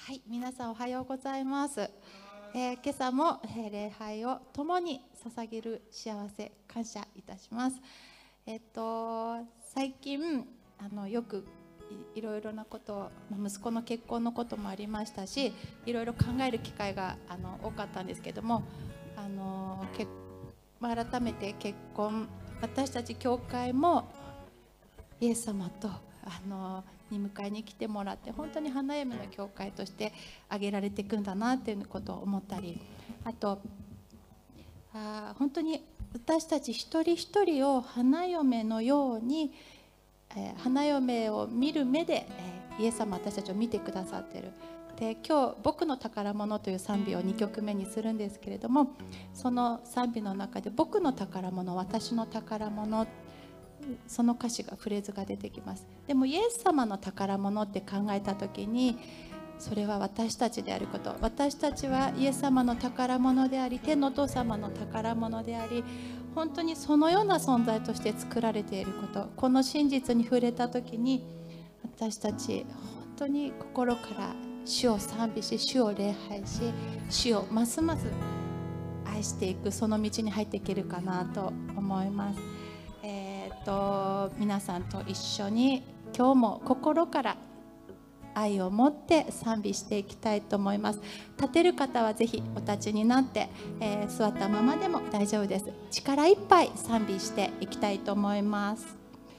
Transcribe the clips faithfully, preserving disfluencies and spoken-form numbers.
はい、皆さんおはようございます。えー、今朝も、えー、礼拝を共に捧げる幸せ感謝いたします。えっと最近あのよく い, いろいろなことを、息子の結婚のこともありましたし、いろいろ考える機会があの多かったんですけども、あのけ改めて結婚、私たち教会もイエス様とあのに迎えに来てもらって、本当に花嫁の教会として挙げられていくんだなっていうことを思ったり、あとあ本当に私たち一人一人を花嫁のように、えー、花嫁を見る目で、えー、イエス様は私たちを見てくださっている。で、今日「僕の宝物」という賛美をにきょくめにするんですけれども、その賛美の中で「僕の宝物、私の宝物」、その歌詞がフレーズが出てきます。でもイエス様の宝物って考えた時に、それは私たちであること、私たちはイエス様の宝物であり、天のお父様の宝物であり、本当にそのような存在として作られていること、この真実に触れた時に、私たち本当に心から主を賛美し、主を礼拝し、主をますます愛していく、その道に入っていけるかなと思います。えー、と皆さんと一緒に今日も心から愛を持って賛美していきたいと思います。立てる方はぜひお立ちになって、えー、座ったままでも大丈夫です。力いっぱい賛美していきたいと思います。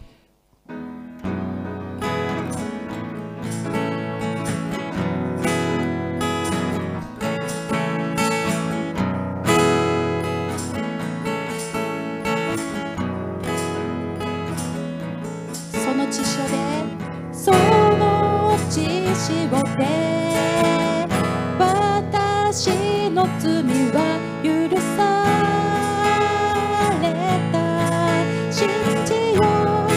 血潮で、その血潮で私の罪は許された。信じよう、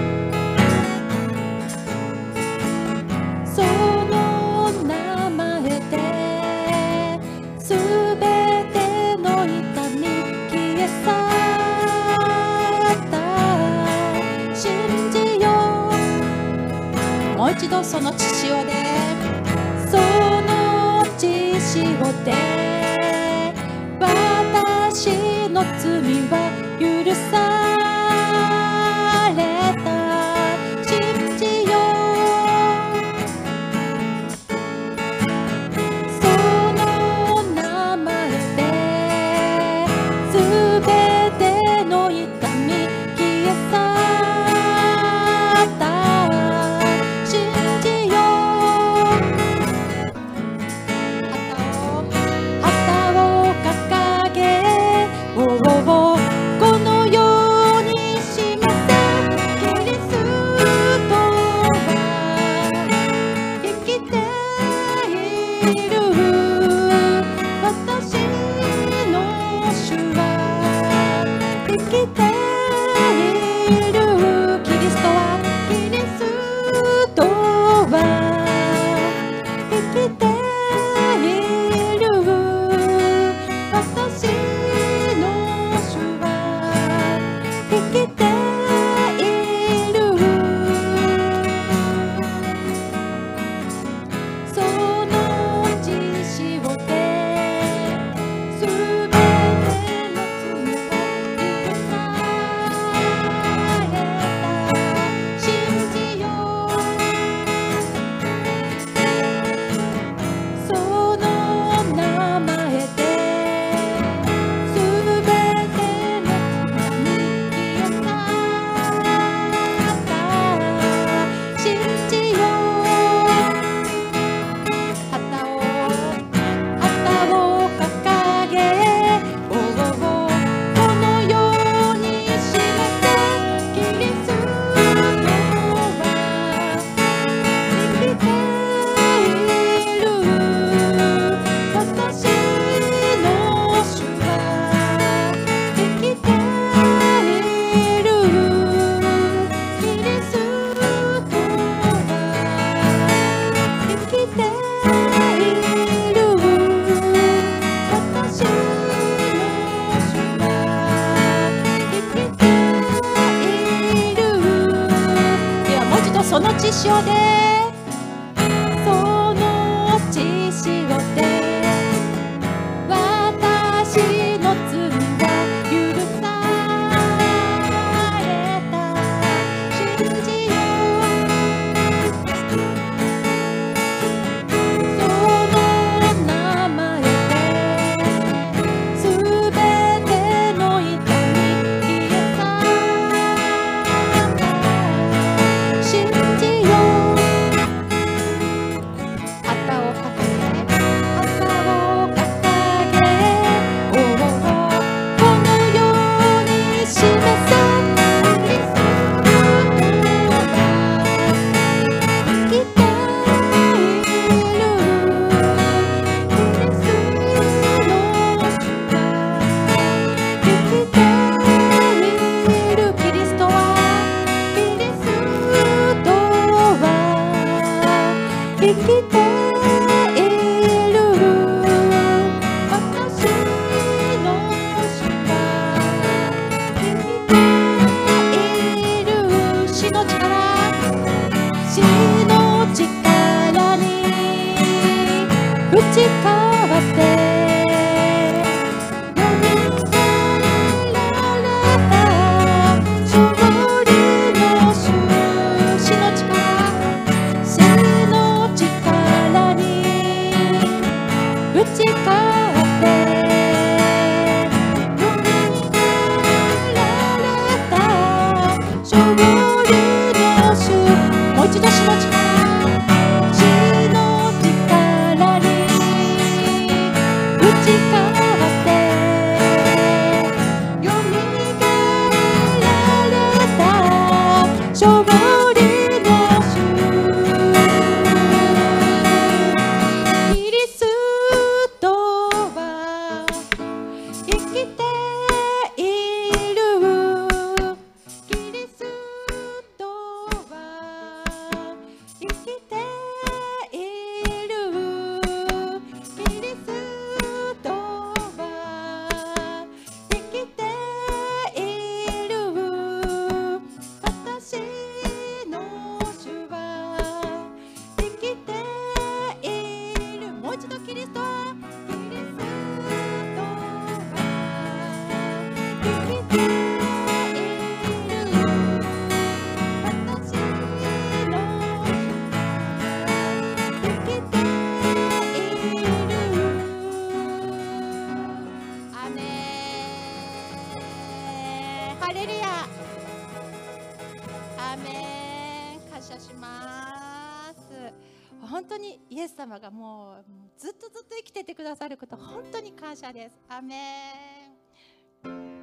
その名前で全ての痛み消え去った。信じよう、もう一度その血潮で、その血潮で私の罪は許された。信じよう、その名前で全ての痛み消え去った。その血潮で、その血きている私の主は生きている死の力死の力に打ち勝ってよみがえられた勝利の主死の力死の力に打ち勝ってよみがえられた勝利の主もう一度死の力死の力に打ち勝ってよみがえられた勝利の主キリストは生きているキリストは生きているキリストは生きている私の主は生きているもう一度キリストキリストは生きている私の主生きているアーメンハレルヤアーメン感謝します本当にイエス様がもうずっとずっと生きててくださること本当に感謝ですアーメン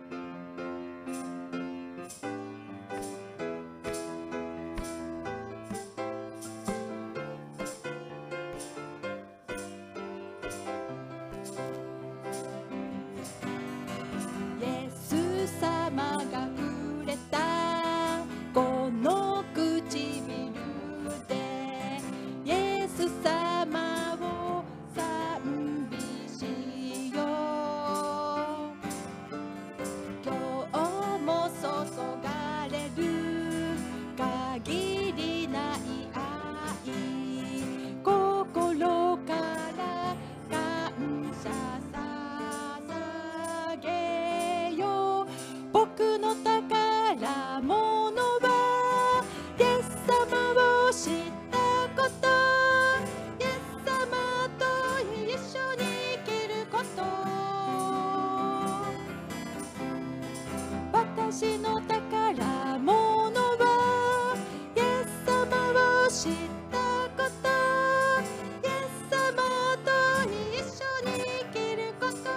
イエス様が触れたこの唇でイエス様を賛美しよう今日も注がれる限りない愛心から感謝捧げよう僕の宝物はイエス様を知ったことイエス様と一緒に生きること私の宝物はイエス様を知ったことイエス様と一緒に生きること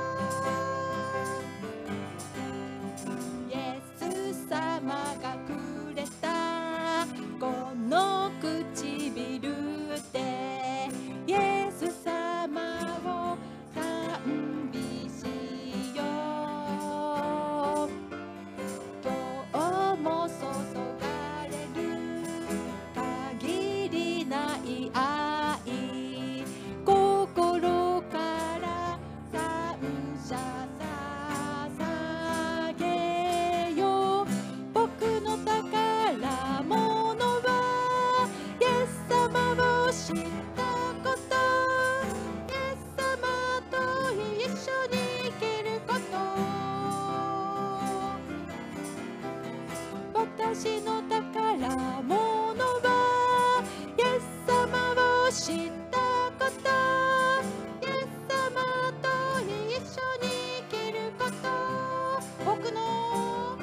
イエス様がくれたこの唇でイエス様を賛美しよう今日も注がれる限りない愛心から感謝捧げよう僕の宝物はイエス様を知ったことイエス様と一緒に生きること私の宝物はイエス様を知ったことイエス様と一緒に生きること僕の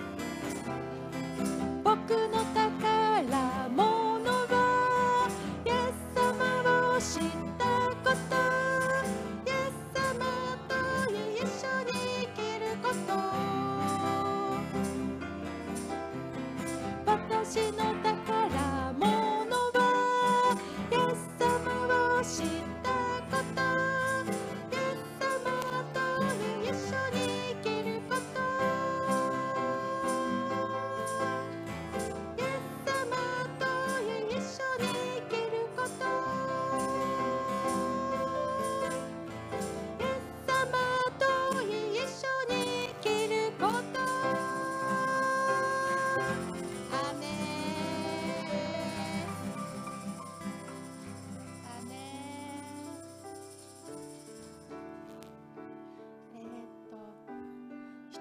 僕の宝物はイエス様を知ったことイエス様と一緒に生きること私の宝物はイエス様を知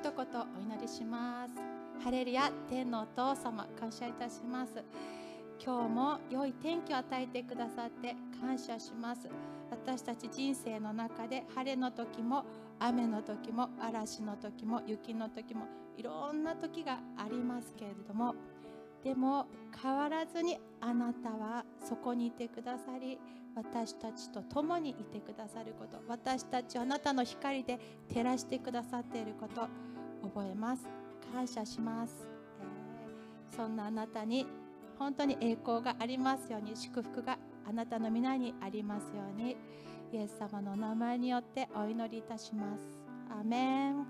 一言お祈りします。ハレルヤ、天のお父様、感謝いたします。今日も良い天気を与えてくださって感謝します。私たち人生の中で晴れの時も雨の時も嵐の時も雪の時もいろんな時がありますけれども、でも変わらずにあなたはそこにいてくださり、私たちと共にいてくださること、私たちをあなたの光で照らしてくださっていること覚えます。感謝します、えー、そんなあなたに本当に栄光がありますように、祝福があなたの皆にありますように、イエス様の名前によってお祈りいたします。アーメン。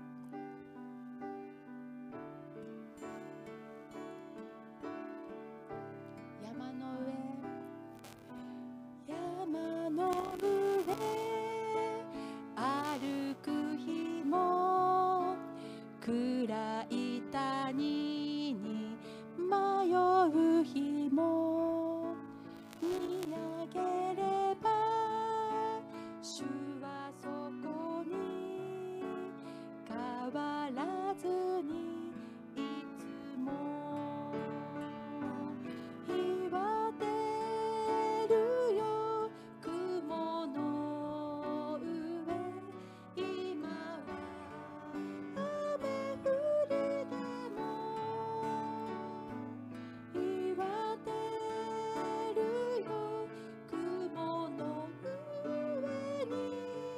山の上、山の上歩く日も暗い谷に迷う日も、見上げれば主はそこに変わらずにいつも岩手るよ雲の上、今は雨降りでも岩手るよ雲の上に、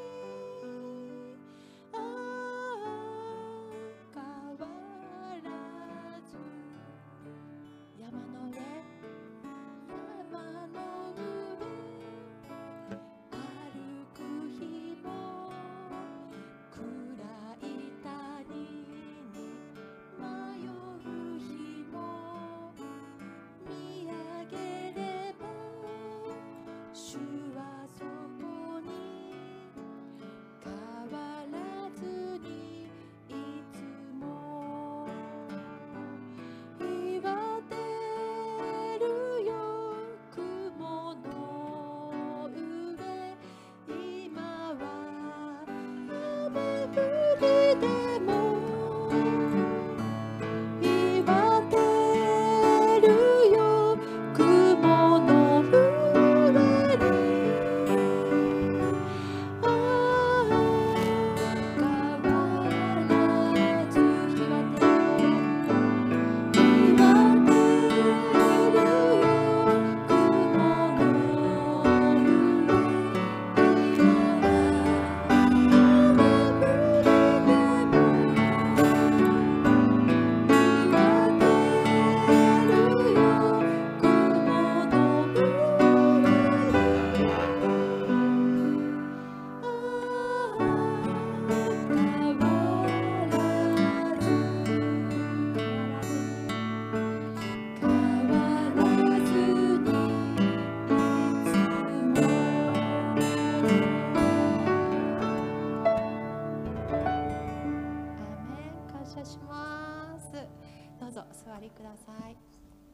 ああ変わらず、山の上、山の上歩く日も暗い谷に迷う日も、見上げれば主はそこに変わらずにいつも、岩手るよ雲の上、今は雨降りでも岩手るよ雲の上に、ああ変わらず、岩手岩手るよ雲の上、今は雨降りでも岩手るよ雲の上に、ああ変わらず、変わらずにいつも。アーメン。感謝します。どうぞお座りください。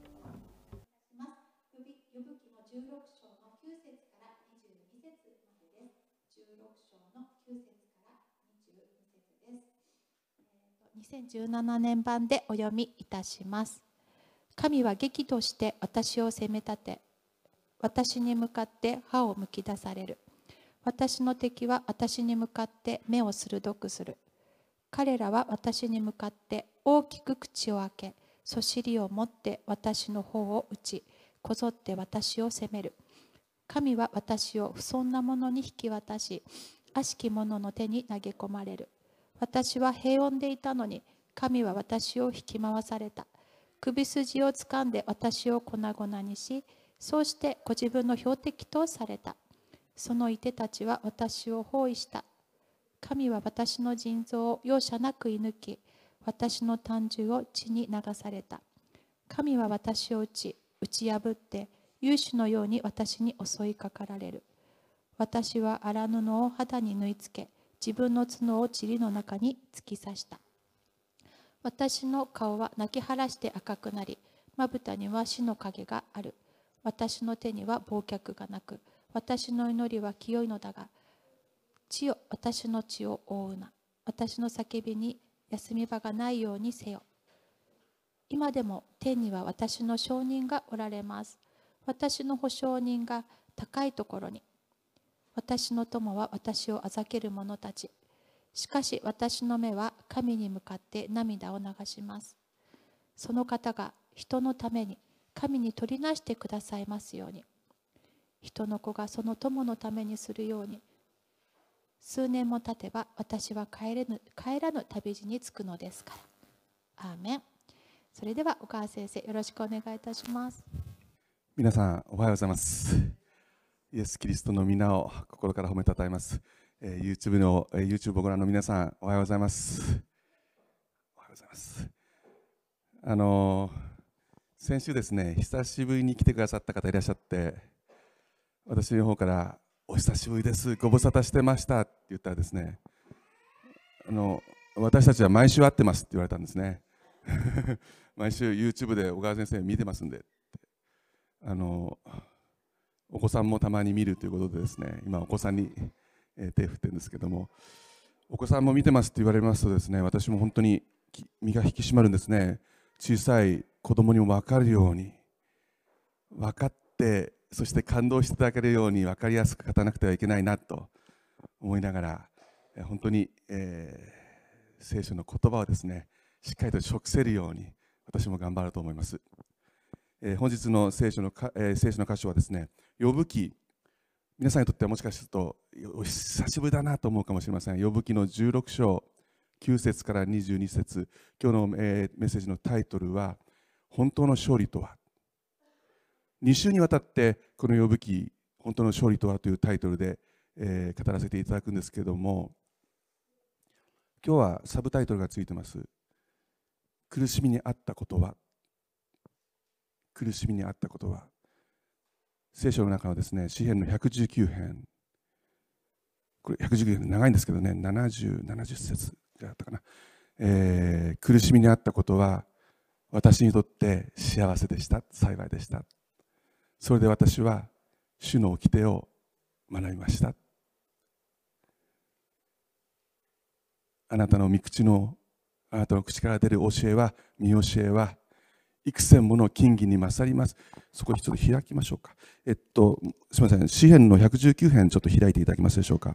呼び呼ぶ記のじゅうろく章のきゅう節からにじゅうに節までです。じゅうろく章のきゅう節からにじゅうに節です。えーとにせんじゅうななねん版でお読みいたします。神は激怒して私を責め立て、私に向かって歯をむき出される。私の敵は私に向かって目を鋭くする。彼らは私に向かって大きく口を開け、そしりを持って私の方を打ち、こぞって私を責める。神は私を不遜な者に引き渡し、悪しき者の手に投げ込まれる。私は平穏でいたのに、神は私を引き回された。首筋をつかんで私を粉々にし、そうしてご自分の標的とされた。その射手たちは私を包囲した。神は私の腎臓を容赦なく射抜き、私の胆汁を血に流された。神は私を打ち、打ち破って、勇士のように私に襲いかかられる。私は荒布を肌に縫い付け、自分の角を塵の中に突き刺した。私の顔は泣き晴らして赤くなり、まぶたには死の影がある。私の手には忘却がなく、私の祈りは清いのだが、地よ、私の血を覆うな。私の叫びに休み場がないようにせよ。今でも天には私の証人がおられます。私の保証人が高いところに。私の友は私をあざける者たち。しかし私の目は神に向かって涙を流します。その方が人のために神に取りなしてくださいますように。人の子がその友のためにするように。数年も経てば私は帰れぬ帰らぬ旅路に着くのですから。アーメン。それでは岡川先生、よろしくお願いいたします。 皆さんおはようございます。イエス・キリストの皆を心から褒めたたえます。えー、YouTube の、えー、YouTube をご覧の皆さんおはようございます。おはようございます。あのー、先週ですね、久しぶりに来てくださった方いらっしゃって、私の方からお久しぶりです、ご無沙汰してましたって言ったらですね、あの私たちは毎週会ってますって言われたんですね。毎週 YouTube で小川先生見てますんで、あのお子さんもたまに見るということでですね、今お子さんに手を振ってるんですけども、お子さんも見てますって言われますとですね、私も本当に身が引き締まるんですね。小さい子供にも分かるように、分かってそして感動していただけるように分かりやすく語らなくてはいけないなと思いながら、本当に、えー、聖書の言葉をですねしっかりと食せるように私も頑張ると思います。えー、本日の聖書のか、えー、聖書の箇所はですね、ヨブ記、皆さんにとってはもしかするとお久しぶりだなと思うかもしれません。ヨブ記のじゅうろく章きゅう節からにじゅうに節、今日の、えー、メッセージのタイトルは本当の勝利とは。に週にわたってこのヨブ記本当の勝利とはというタイトルで、えー、語らせていただくんですけれども、今日はサブタイトルがついてます。苦しみにあったことは。苦しみにあったことは。聖書の中のですね、詩編のひゃくじゅうきゅう編、これひゃくじゅうきゅう編長いんですけどね、ななじゅう、ななじゅっ節であったかな、えー、苦しみにあったことは私にとって幸せでした、幸いでした。それで私は主の掟を学びました。あなたの御口のあなたの口から出る教えは、御教えは幾千もの金銀に勝ります。そこにちょっと開きましょうか。えっと、すみません、詩編のひゃくじゅうきゅう編ちょっと開いていただけますでしょうか。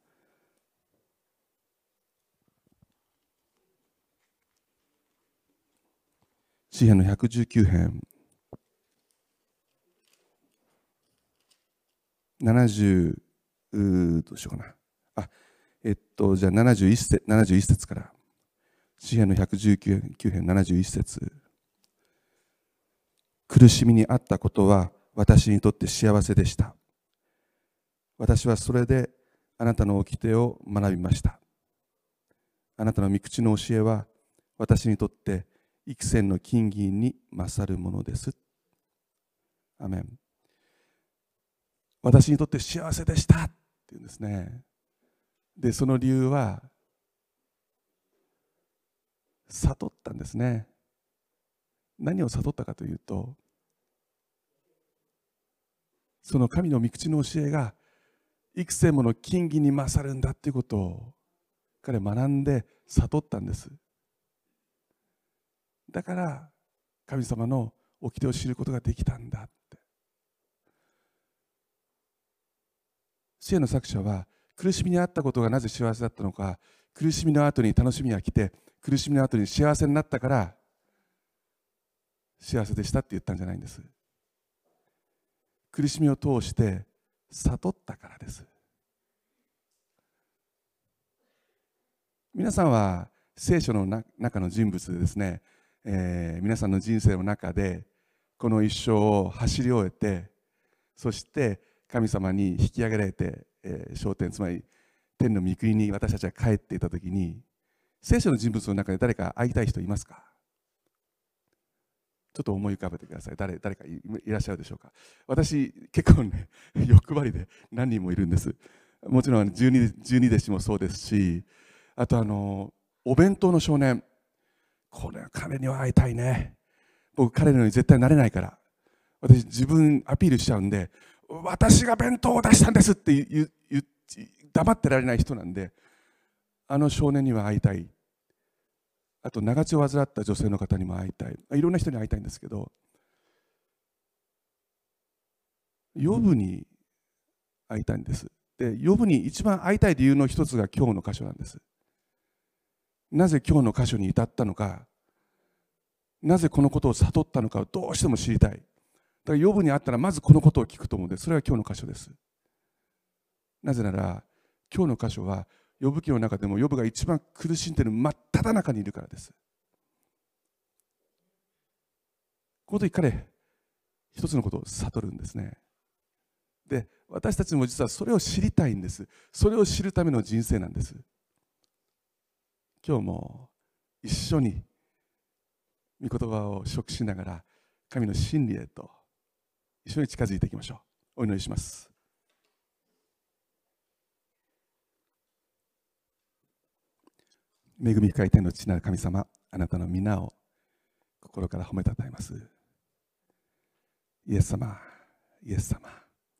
詩編のひゃくじゅうきゅう編、ななじゅう、どうしようかな。あ、えっと、じゃあななじゅういち節、ななじゅういち節から。詩編のひゃくじゅうきゅう編ななじゅういち節。苦しみにあったことは私にとって幸せでした。私はそれであなたの掟を学びました。あなたの御口の教えは私にとって幾千の金銀に勝るものです。アメン。私にとって幸せでしたっていうんですね。で、その理由は悟ったんですね。何を悟ったかというと、その神の御口の教えが幾千もの金銀に勝るんだということを彼は学んで悟ったんです。だから神様の掟を知ることができたんだって。詩篇の作者は苦しみにあったことがなぜ幸せだったのか、苦しみの後に楽しみが来て、苦しみの後に幸せになったから幸せでしたって言ったんじゃないんです。苦しみを通して悟ったからです。皆さんは聖書の中の人物でですね、えー、皆さんの人生の中でこの一生を走り終えて、そして神様に引き上げられて、えー、昇天、つまり天の御国に私たちが帰っていたときに、聖書の人物の中で誰か会いたい人いますか？ちょっと思い浮かべてください。誰、誰か い, いらっしゃるでしょうか。私、結構ね、欲張りで何人もいるんです。もちろんじゅうに、じゅうに弟子もそうですし、あとあの、お弁当の少年。これは彼には会いたいね。僕、彼のように絶対なれないから。私、自分アピールしちゃうんで、私が弁当を出したんですって言う、黙ってられない人なんで、あの少年には会いたい。 あと長血を患った女性の方にも会いたい、いろんな人に会いたいんですけど、ヨブに会いたいんです。で、ヨブに一番会いたい理由の一つが今日の箇所なんです。なぜ今日の箇所に至ったのか、なぜこのことを悟ったのかをどうしても知りたい。だからヨブに会ったらまずこのことを聞くと思うので、それが今日の箇所です。なぜなら今日の箇所はヨブ記の中でもヨブが一番苦しんでいる真っ只中にいるからです。この時彼一つのことを悟るんですね。で、私たちも実はそれを知りたいんです。それを知るための人生なんです。今日も一緒に御言葉を食しながら神の真理へと一緒に近づいていきましょう。お祈りします。恵み深い天の父なる神様、あなたの皆を心から褒めたたえます。イエス様、イエス様、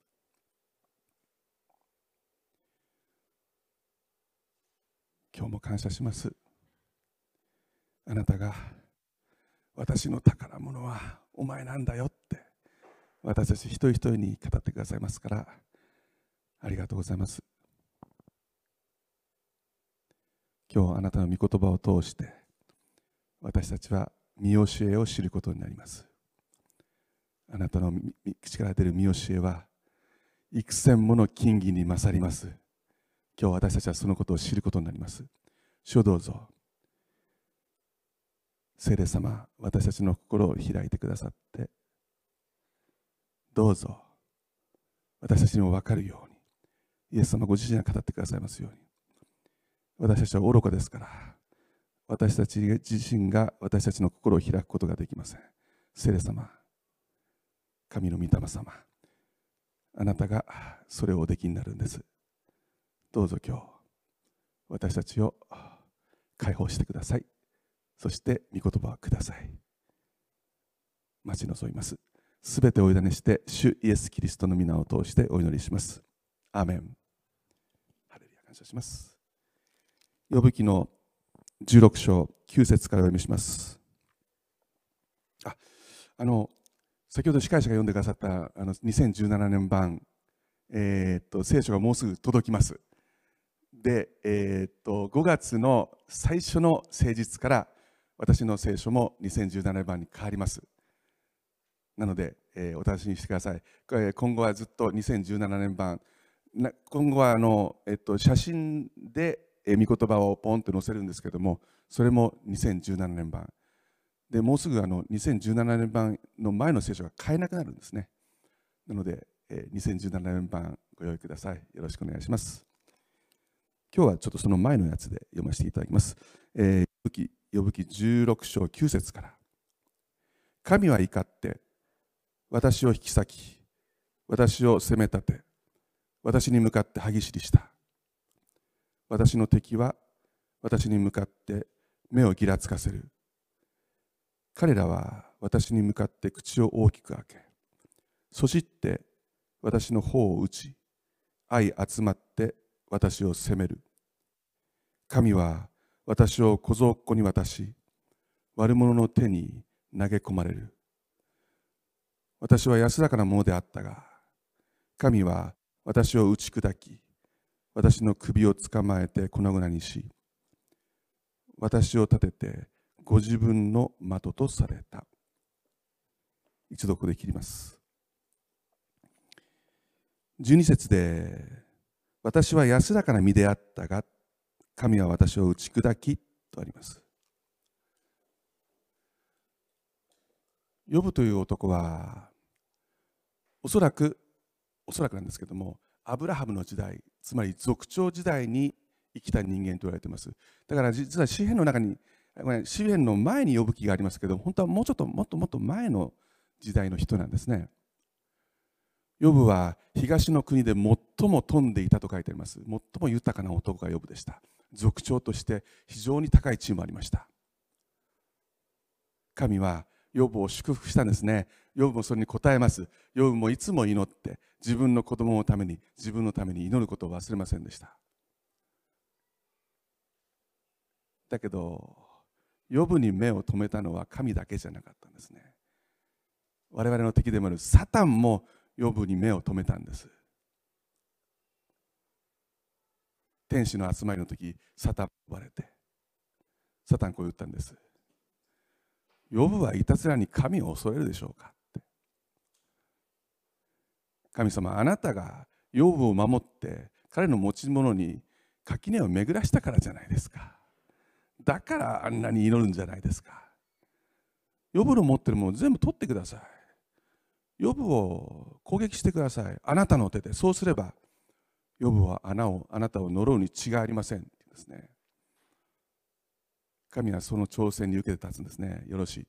今日も感謝します。あなたが私の宝物はお前なんだよって私たち一人一人に語ってくださいますから、ありがとうございます。今日あなたの御言葉を通して私たちは御教えを知ることになります。あなたの口から出る御教えは幾千もの金銀に勝ります。今日私たちはそのことを知ることになります。主をどうぞ聖霊様、私たちの心を開いてくださって、どうぞ私たちにも分かるように、イエス様ご自身が語ってくださいますように。私たちは愚かですから、私たち自身が私たちの心を開くことができません。聖霊様、神の御霊様、あなたがそれをおできになるんです。どうぞ今日私たちを解放してください。そして御言葉をください。待ち望みます。すべてをお委ねして主イエス・キリストの皆を通してお祈りします。アーメン。ハレルヤ、感謝します。ヨブ記のじゅうろく章きゅう節からお読みします。あ、あの先ほど司会者が読んでくださったあのにせんじゅうななねん版、えー、っと聖書がもうすぐ届きます。で、えー、っとごがつの最初の聖日から私の聖書もにせんじゅうななねん版に変わります。なので、えー、お楽しみにしてください。今後はずっとにせんじゅうななねん版、今後はあの、えっと、写真で御言葉をポンと載せるんですけども、それもにせんじゅうななねん版で、もうすぐあのにせんじゅうななねん版の前の聖書が買えなくなるんですね。なので、えー、にせんじゅうななねん版ご用意ください。よろしくお願いします。今日はちょっとその前のやつで読ませていただきます。えー、ヨブ記じゅうろく章きゅう節から。神は怒って私を引き裂き、私を責め立て、私に向かって歯ぎしりした。私の敵は私に向かって目をぎらつかせる。彼らは私に向かって口を大きく開け、そしって私の頬を打ち、相集まって私を責める。神は私を小僧っ子に渡し、悪者の手に投げ込まれる。私は安らかなものであったが、神は私を打ち砕き、私の首を捕まえて粉々にし、私を立ててご自分の的とされた。一度ここで切ります。じゅうに節で、私は安らかな身であったが、神は私を打ち砕きとあります。ヨブという男は、おそらく、おそらくなんですけども、アブラハムの時代、つまり族長時代に生きた人間と言われています。だから実は詩篇の中に、詩篇の前にヨブ記がありますけど、本当はもうちょっともっともっと前の時代の人なんですね。ヨブは東の国で最も富んでいたと書いてあります。最も豊かな男がヨブでした。族長として非常に高い地位もありました。神はヨブを祝福したんですね。ヨブもそれに応えます。ヨブもいつも祈って自分の子供のために自分のために祈ることを忘れませんでした。だけどヨブに目を留めたのは神だけじゃなかったんですね。我々の敵でもあるサタンもヨブに目を留めたんです。天使の集まりの時、サタン呼ばれて、サタンこう言ったんです。ヨブはいたずらに神を恐れるでしょうかって。神様、あなたがヨブを守って彼の持ち物に垣根を巡らしたからじゃないですか。だからあんなに祈るんじゃないですか。ヨブの持ってるものを全部取ってください。ヨブを攻撃してください。あなたの手で。そうすればヨブは穴をあなたを呪うに違いありませんって言うんですね。神はその挑戦に受けて立つんですね。よろしい。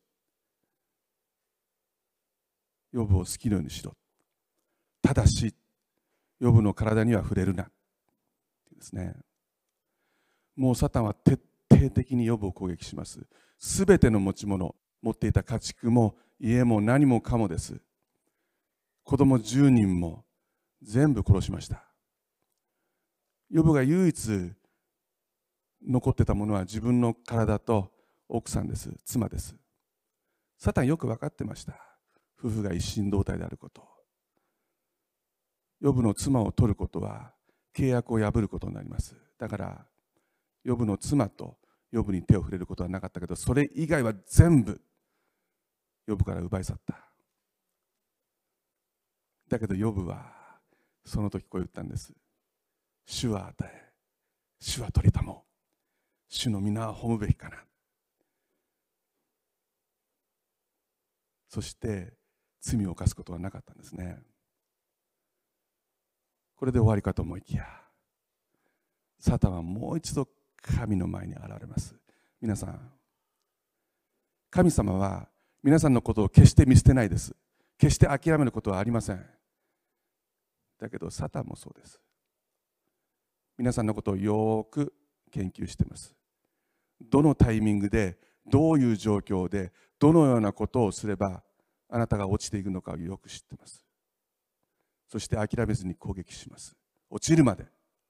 ヨブを好きなようにしろ。ただしヨブの体には触れるなって言うんですね。もうサタンは徹底的にヨブを攻撃します。すべての持ち物、持っていた家畜も家も何もかもです。子供じゅうにんも全部殺しました。ヨブが唯一残ってたものは自分の体と奥さんです。妻です。サタンよく分かってました。夫婦が一心同体であること。ヨブの妻を取ることは契約を破ることになります。だからヨブの妻とヨブに手を触れることはなかったけど、それ以外は全部ヨブから奪い去った。だけどヨブはその時こう言ったんです。主は与え、主は取りたもう。主の皆は褒むべきかな。そして罪を犯すことはなかったんですね。これで終わりかと思いきや、サタンはもう一度神の前に現れます。皆さん、神様は皆さんのことを決して見捨てないです。決して諦めることはありません。だけどサタンもそうです。皆さんのことをよく研究しています。どのタイミングで、どういう状況で、どのようなことをすればあなたが落ちていくのかをよく知っています。そして諦めずに攻撃します。落ちるまで。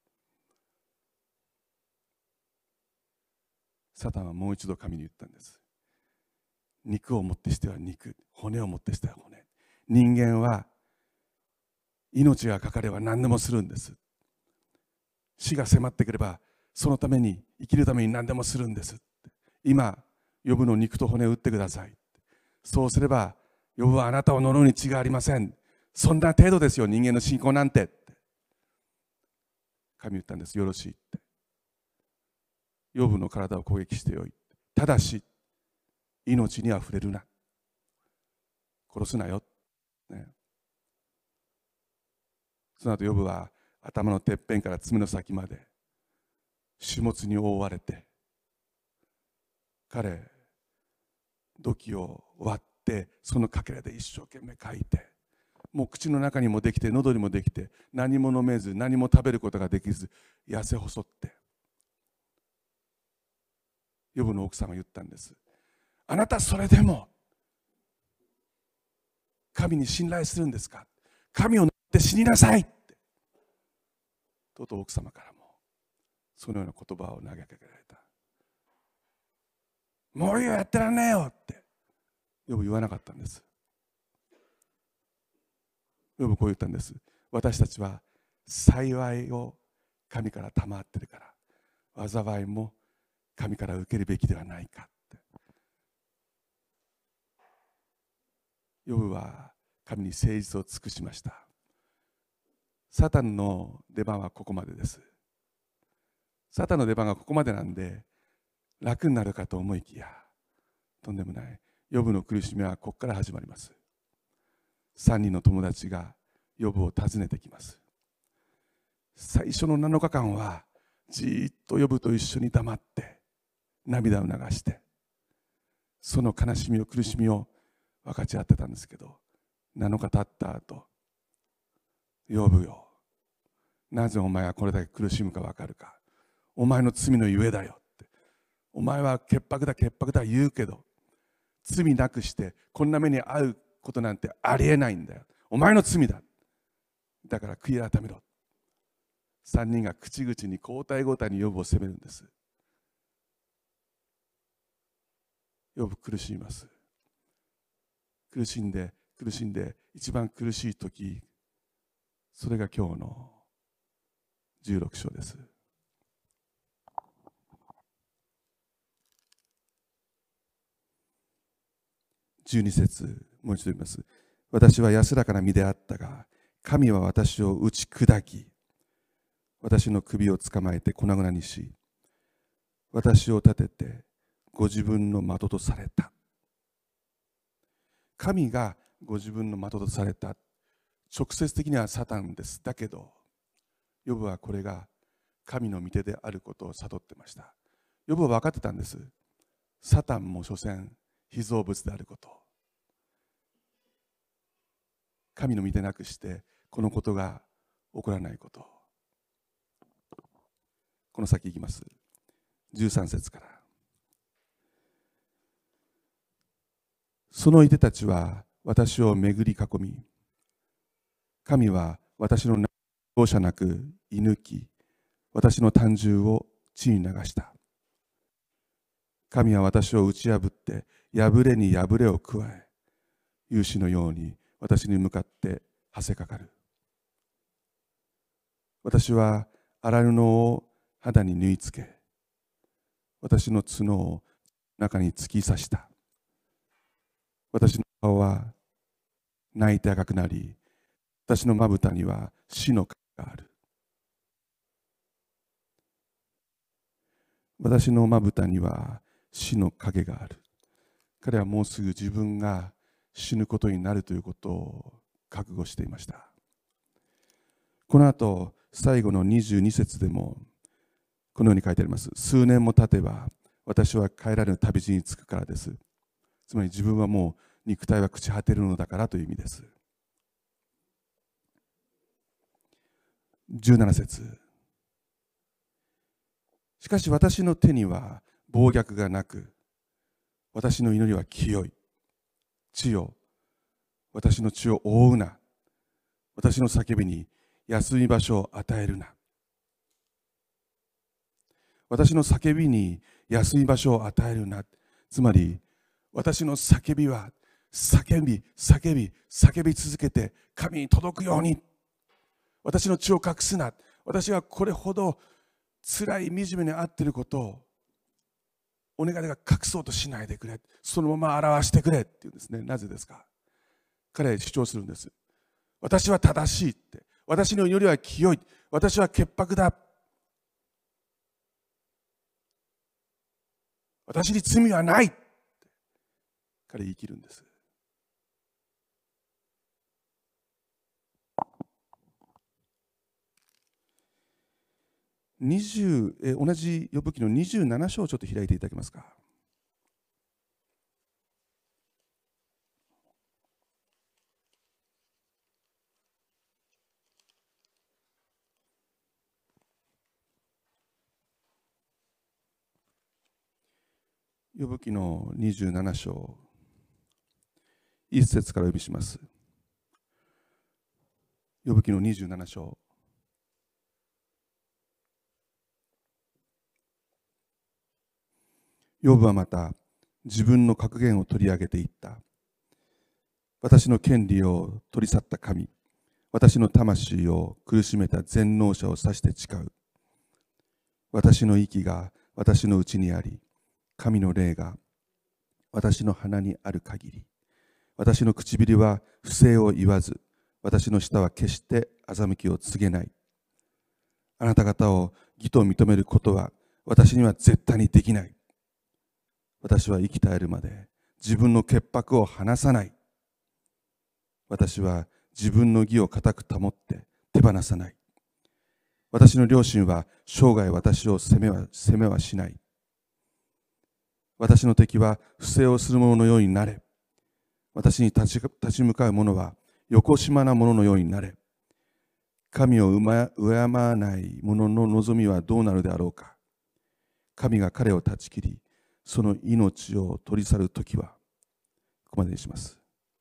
サタンはもう一度神に言ったんです。肉をもってしては肉、骨をもってしては骨。人間は命がかかれば何でもするんです。死が迫ってくればそのために生きるために何でもするんです。今ヨブの肉と骨を打ってください。そうすればヨブはあなたを呪うに違いありません。そんな程度ですよ、人間の信仰なんて。神言ったんです。よろしいって。ヨブの体を攻撃してよい。ただし命には触れるな。殺すなよ、ね、その後ヨブは頭のてっぺんから爪の先まで種物に覆われて、彼土器を割ってそのかけらで一生懸命書いて、もう口の中にもできて喉にもできて、何も飲めず何も食べることができず痩せ細って、ヨブの奥さんが言ったんです。あなたそれでも神に信頼するんですか。神を呪って死になさいって。とうとう奥様からもそのような言葉を投げかけられた。もういいよ、やってらんねえよってヨブ言わなかったんです。ヨブこう言ったんです。私たちは幸いを神から賜ってるから災いも神から受けるべきではないかって。ヨブは神に誠実を尽くしました。サタンの出番はここまでです。サタンの出番がここまでなんで楽になるかと思いきや、とんでもない。ヨブの苦しみはここから始まります。三人の友達がヨブを訪ねてきます。最初のなのかかんはじーっとヨブと一緒に黙って涙を流してその悲しみを苦しみを分かち合ってたんですけど、なのか経った後、ヨブよ、なぜお前はこれだけ苦しむか分かるか。お前の罪のゆえだよって。お前は潔白だ潔白だ言うけど、罪なくしてこんな目に遭うことなんてありえないんだよ。お前の罪だ。だから悔い改めろ。三人が口々に交代交代にヨブを責めるんです。 ヨブ苦しみます。苦しんで苦しんで一番苦しい時、それが今日のじゅうろく章です。じゅうに節、もう一度言います。私は安らかな身であったが、神は私を打ち砕き、私の首を捕まえて粉々にし、私を立ててご自分の的とされた。神がご自分の的とされた。直接的にはサタンです。だけどヨブはこれが神の御手であることを悟ってました。ヨブは分かってたんです。サタンも所詮被造物であること。神の御手なくしてこのことが起こらないこと。この先いきます。じゅうさん節から。そのいでたちは私を巡り囲み、神は私の容赦なく射抜き、私の胆汁を地に流した。神は私を打ち破って破れに破れを加え、勇士のように私に向かってはせかかる。私は荒布を肌に縫い付け、私の角を中に突き刺した。私の顔は泣いて赤くなり、私のまぶたには死の影がある。私のまぶたには死の影がある。彼はもうすぐ自分が死ぬことになるということを覚悟していました。この後、最後のにじゅうに節でもこのように書いてあります。数年も経てば私は帰らぬ旅路に着くからです。つまり自分はもう肉体は朽ち果てるのだからという意味です。じゅうなな節。しかし私の手には暴虐がなく、私の祈りは清い。地よ、私の血を覆うな。私の叫びに休み場所を与えるな。私の叫びに休み場所を与えるな。つまり、私の叫びは叫び、叫び、叫び続けて神に届くように。私の血を隠すな。私がこれほど辛い惨めに遭っていることをお願いが隠そうとしないでくれ。そのまま表してくれって言うんですね。なぜですか。彼は主張するんです。私は正しいって。私の祈りは清い。私は潔白だ。私に罪はない。彼は言い切るんです。にじゅうえ同じヨブ記のにじゅうなな章をちょっと開いていただけますか。ヨブ記のにじゅうなな章いっ節からお読みします。ヨブ記のにじゅうなな章。ヨブはまた自分の格言を取り上げていった。私の権利を取り去った神、私の魂を苦しめた全能者を指して誓う。私の息が私のうちにあり、神の霊が私の鼻にある限り、私の唇は不正を言わず、私の舌は決して欺きを告げない。あなた方を義と認めることは私には絶対にできない。私は生き絶えるまで自分の潔白を離さない。私は自分の義を固く保って手放さない。私の両親は生涯私を責めは、責めはしない。私の敵は不正をする者のようになれ。私に立ち、立ち向かう者はよこしまな者のようになれ。神を敬わない者の望みはどうなるであろうか。神が彼を断ち切り、その命を取り去るときは、ここまでにします。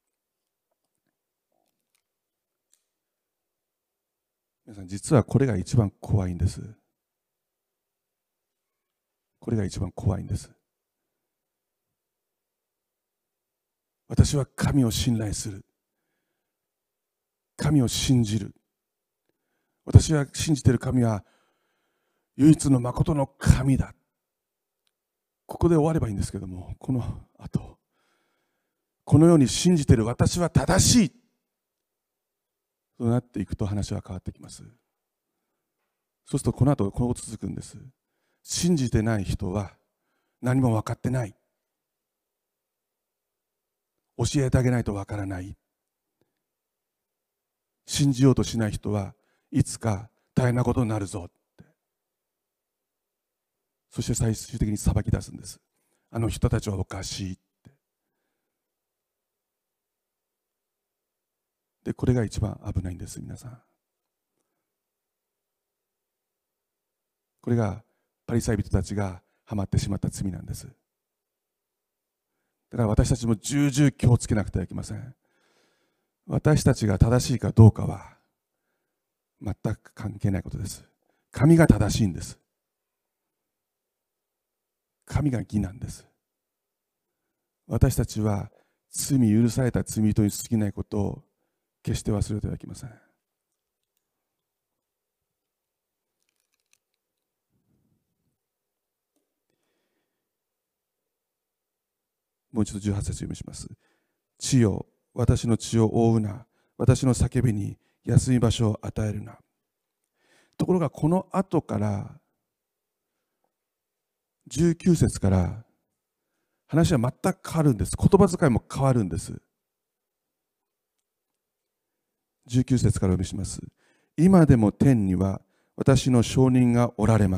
皆さん、実はこれが一番怖いんです。これが一番怖いんです。 私は神を信頼する。神を信じる。私は信じている神は唯一の誠の神だ。ここで終わればいいんですけども、この後、このように信じている私は正しいとなっていくと話は変わってきます。そうするとこの後こう続くんです。信じてない人は何も分かってない。教えてあげないと分からない。信じようとしない人はいつか大変なことになるぞって。そして最終的に裁き出すんです。あの人たちはおかしいって。で、これが一番危ないんです、皆さん。これがパリサイ人たちがはまってしまった罪なんです。だから私たちも重々気をつけなくてはいけません。私たちが正しいかどうかは全く関係ないことです。神が正しいんです。神が義なんです。私たちは罪許された罪人に過ぎないことを決して忘れてはいけません。もう一度じゅうはち節読みします。地よ、私の血を覆うな。私の叫びに休み場所を与えるな。ところがこの後からじゅうきゅう節から話は全く変わるんです。言葉遣いも変わるんです。じゅうきゅう節からお読みします。今でも天には私の証人がおられます。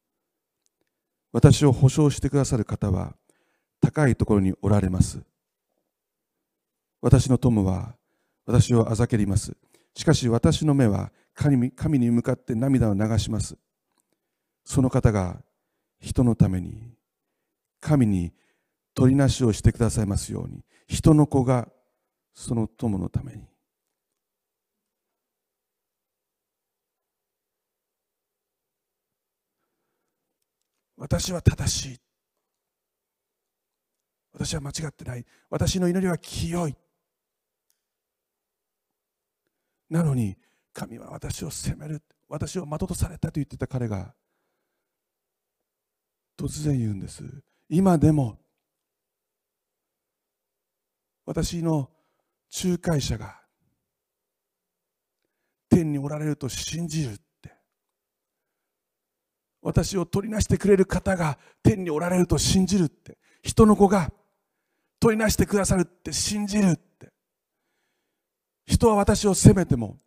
私を保証してくださる方は高いところにおられます。私の友は私をあざけります。しかし私の目は神、神に向かって涙を流します。その方が人のために神に取りなしをしてくださいますように、人の子がその友のために。私は正しい。私は間違ってない。私の祈りは清い。なのに神は私を責める。私を的とされたと言ってた彼が突然言うんです。今でも私の仲介者が天におられると信じるって。私を取りなしてくれる方が天におられると信じるって。人の子が取りなしてくださるって信じるって。人は私を責めても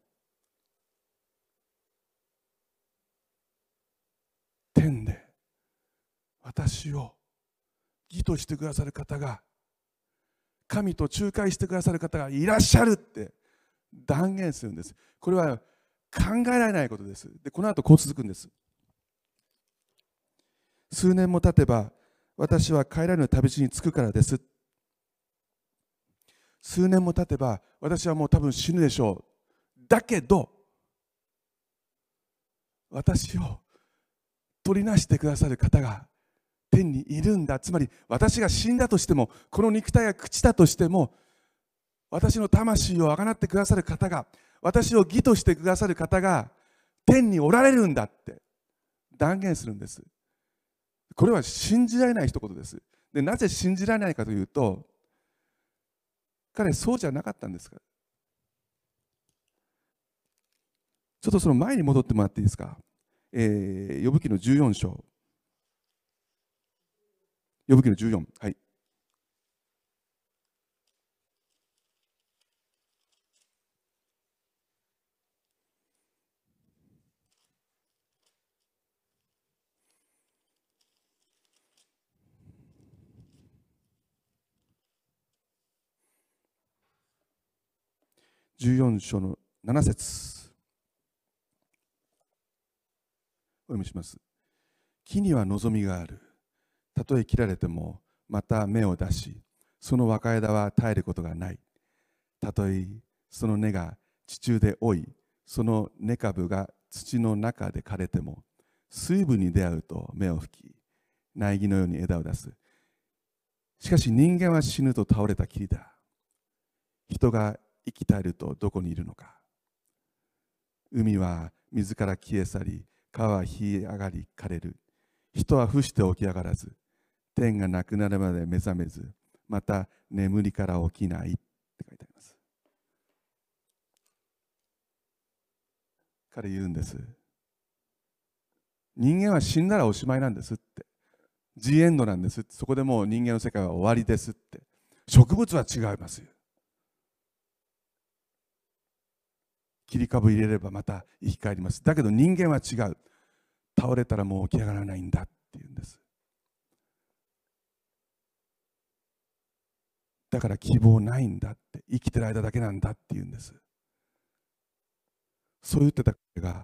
天で私を義としてくださる方が、神と仲介してくださる方がいらっしゃるって断言するんです。これは考えられないことです。で、この後こう続くんです。数年も経てば私は帰らぬ旅路に着くからです。数年も経てば私はもう多分死ぬでしょう。だけど私を取りなしてくださる方が天にいるんだ。つまり私が死んだとしても、この肉体が朽ちたとしても、私の魂をあがなってくださる方が、私を義としてくださる方が天におられるんだって断言するんです。これは信じられない一言です。で、なぜ信じられないかというと、彼そうじゃなかったんですか。ちょっとその前に戻ってもらっていいですか。えー、呼ぶ記のじゅうよん章。呼ぶ記のじゅうよん。はい。じゅうよん章のなな節。お読みします。木には望みがある。たとえ切られてもまた芽を出し、その若枝は絶えることがない。たとえその根が地中で老い、その根株が土の中で枯れても、水分に出会うと芽を吹き、苗木のように枝を出す。 しかし人間は死ぬと倒れたきりだ。人が生き絶えるとどこにいるのか。海は水から消え去り、川は干え上がり枯れる。人は伏して起き上がらず、天がなくなるまで目覚めず、また眠りから起きないって書いてあります。彼言うんです。人間は死んだらおしまいなんですって。ジエンドなんですって。そこでもう人間の世界は終わりですって。植物は違いますよ。切り株入れればまた生き返ります。だけど人間は違う。倒れたらもう起き上がらないんだっていうんです。だから希望ないんだって、生きてる間だけなんだっていうんです。そう言ってた彼が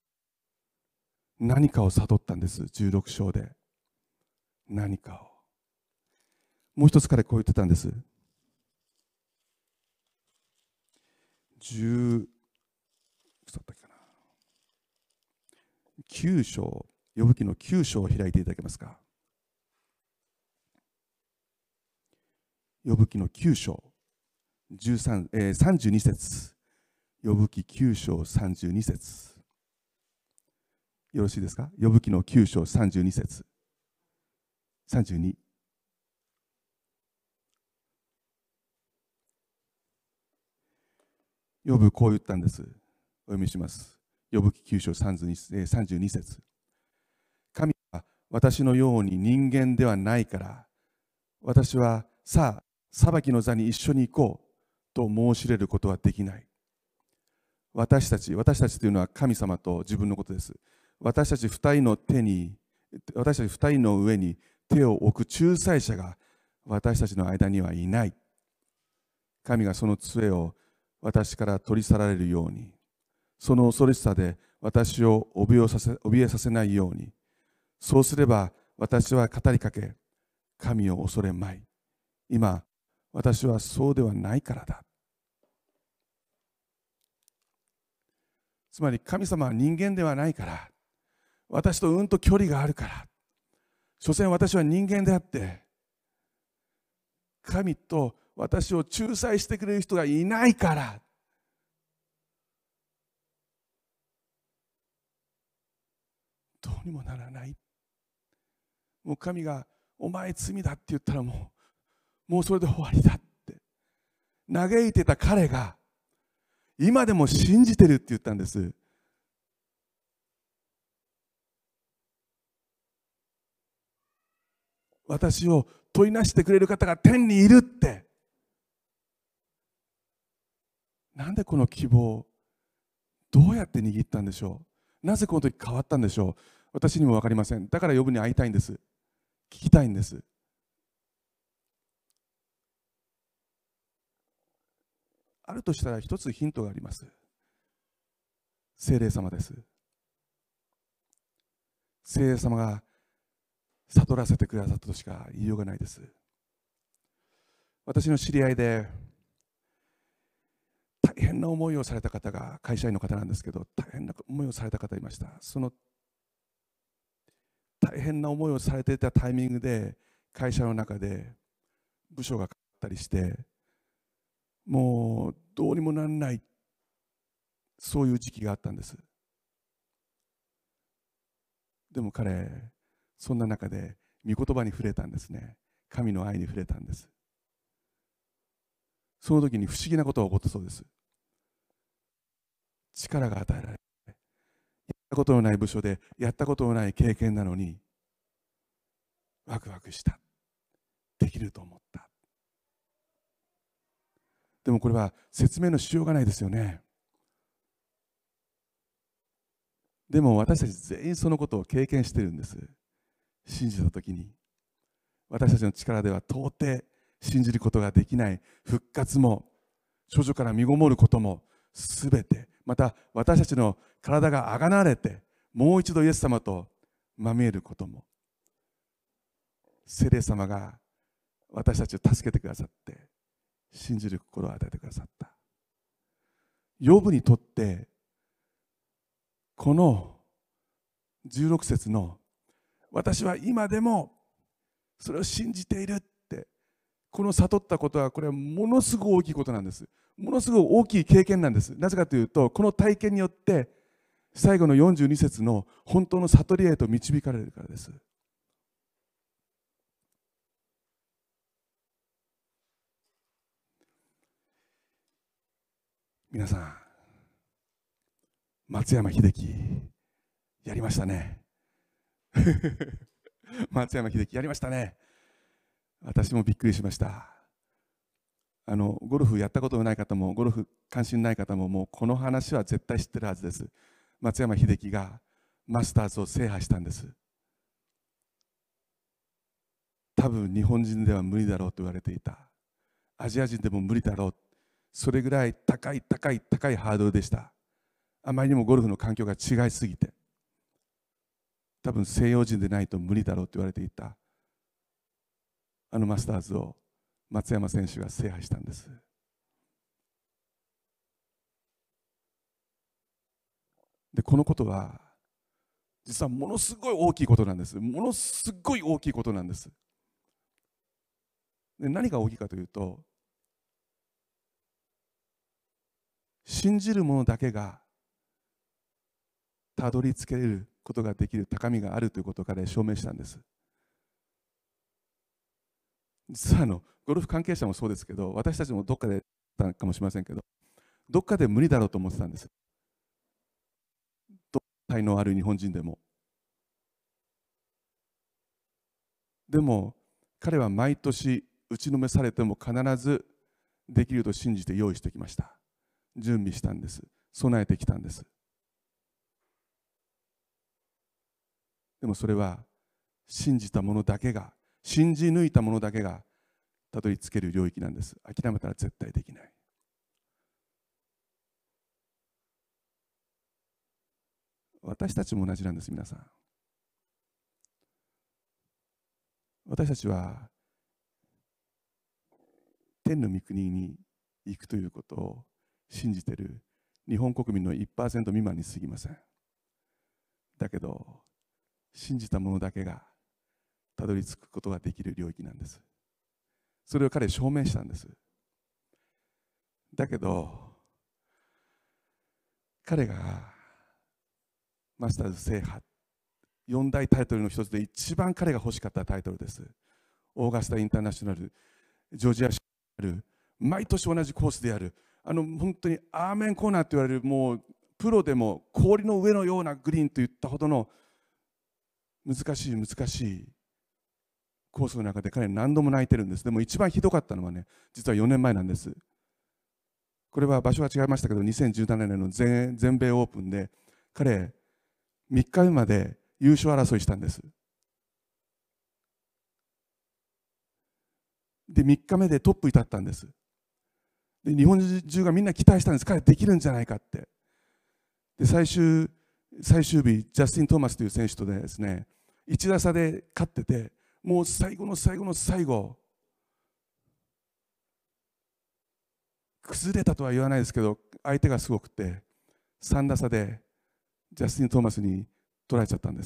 何かを悟ったんです。じゅうろく章で何かを。もう一つ彼こう言ってたんです。じゅうきゅう章、呼ぶ記のきゅう章を開いていただけますか。呼ぶ記のきゅう章じゅうさん、えー、さんじゅうに節。呼ぶ記きゅう章さんじゅうに節。よろしいですか。呼ぶ記のきゅう章さんじゅうに節。さんじゅうに。呼ぶこう言ったんです。お読みします。呼ぶ記きゅう章さんじゅうに節。神は私のように人間ではないから、私はさあ裁きの座に一緒に行こうと申し入れることはできない。私たち、私たちというのは神様と自分のことです。私たち二人の手に、私たち二人の上に手を置く仲裁者が私たちの間にはいない。神がその杖を私から取り去られるように、その恐ろしさで私を怯えさせ、怯えさせないように、そうすれば私は語りかけ、神を恐れまい。今、私はそうではないからだ。つまり神様は人間ではないから、私とうんと距離があるから、所詮私は人間であって、神と私を仲裁してくれる人がいないから、どうにもならない。もう神がお前罪だって言ったらもう、もうそれで終わりだって嘆いてた彼が今でも信じてるって言ったんです。私を問いなしてくれる方が天にいるって。なんでこの希望どうやって握ったんでしょう。なぜこの時変わったんでしょう。私にも分かりません。だから呼ぶに会いたいんです。聞きたいんです。あるとしたら一つヒントがあります。聖霊様です。聖霊様が悟らせてくださったとしか言いようがないです。私の知り合いで大変な思いをされた方が、会社員の方なんですけど、大変な思いをされた方いました。その大変な思いをされていたタイミングで会社の中で部署が変わったりして、もうどうにもならない、そういう時期があったんです。でも彼、そんな中で御言葉に触れたんですね。神の愛に触れたんです。その時に不思議なことが起こったそうです。力が与えられ、やったことのない部署でやったことのない経験なのにワクワクした、できると思った。でもこれは説明のしようがないですよね。でも私たち全員そのことを経験しているんです。信じたときに私たちの力では到底信じることができない復活も、処女から身ごもることもすべて、また私たちの体があがなわれてもう一度イエス様とまみえることも、聖霊様が私たちを助けてくださって信じる心を与えてくださった。ヨブにとってこのじゅうろく節の私は今でもそれを信じているってこの悟ったことは、これはものすごく大きいことなんです。ものすごく大きい経験なんです。なぜかというと、この体験によって最後のよんじゅうに節の本当の悟りへと導かれるからです。皆さん、松山英樹やりましたね。松山英樹やりましたね。私もびっくりしました。あのゴルフやったことのない方も、ゴルフ関心ない方も、もうこの話は絶対知ってるはずです。松山英樹がマスターズを制覇したんです。多分日本人では無理だろうと言われていた。アジア人でも無理だろう。それぐらい高い高い高いハードルでした。あまりにもゴルフの環境が違いすぎて、多分西洋人でないと無理だろうと言われていたあのマスターズを松山選手が制覇したんです。で、このことは実はものすごい大きいことなんです。ものすごい大きいことなんです。で、何が大きいかというと、信じる者だけがたどり着けることができる高みがあるということから証明したんです。実はあのゴルフ関係者もそうですけど、私たちもどっかでたかもしれませんけど、どっかで無理だろうと思ってたんです。才能ある日本人でも。でも彼は毎年打ちのめされても必ずできると信じて用意してきました。準備したんです。備えてきたんです。でもそれは信じた者だけが、信じ抜いた者だけがたどり着ける領域なんです。諦めたら絶対できない。私たちも同じなんです。皆さん、私たちは天の御国に行くということを信じている日本国民の いちパーセント 未満に過ぎません。だけど信じた者だけがたどり着くことができる領域なんです。それを彼証明したんです。だけど彼がマスターズ制覇、よん大タイトルの一つで一番彼が欲しかったタイトルです。オーガスタインターナショナル、ジョージア州である、毎年同じコースである、あの本当にアーメンコーナーと言われる、もうプロでも氷の上のようなグリーンといったほどの難しい難しいコースの中で彼は何度も泣いてるんです。でも一番ひどかったのはね、実はよねんまえなんです。これは場所は違いましたけど、にせんじゅうななねんの 全, 全米オープンで彼みっかめまで優勝争いしたんです。でみっかめでトップに立ったんです。で日本中がみんな期待したんです。彼できるんじゃないかって。で最終最終日、ジャスティン・トーマスという選手とですね、いち打差で勝ってて、もう最後の最後の最後、崩れたとは言わないですけど、相手がすごくてさん打差でジャスティン・トーマスに取られちゃったんです。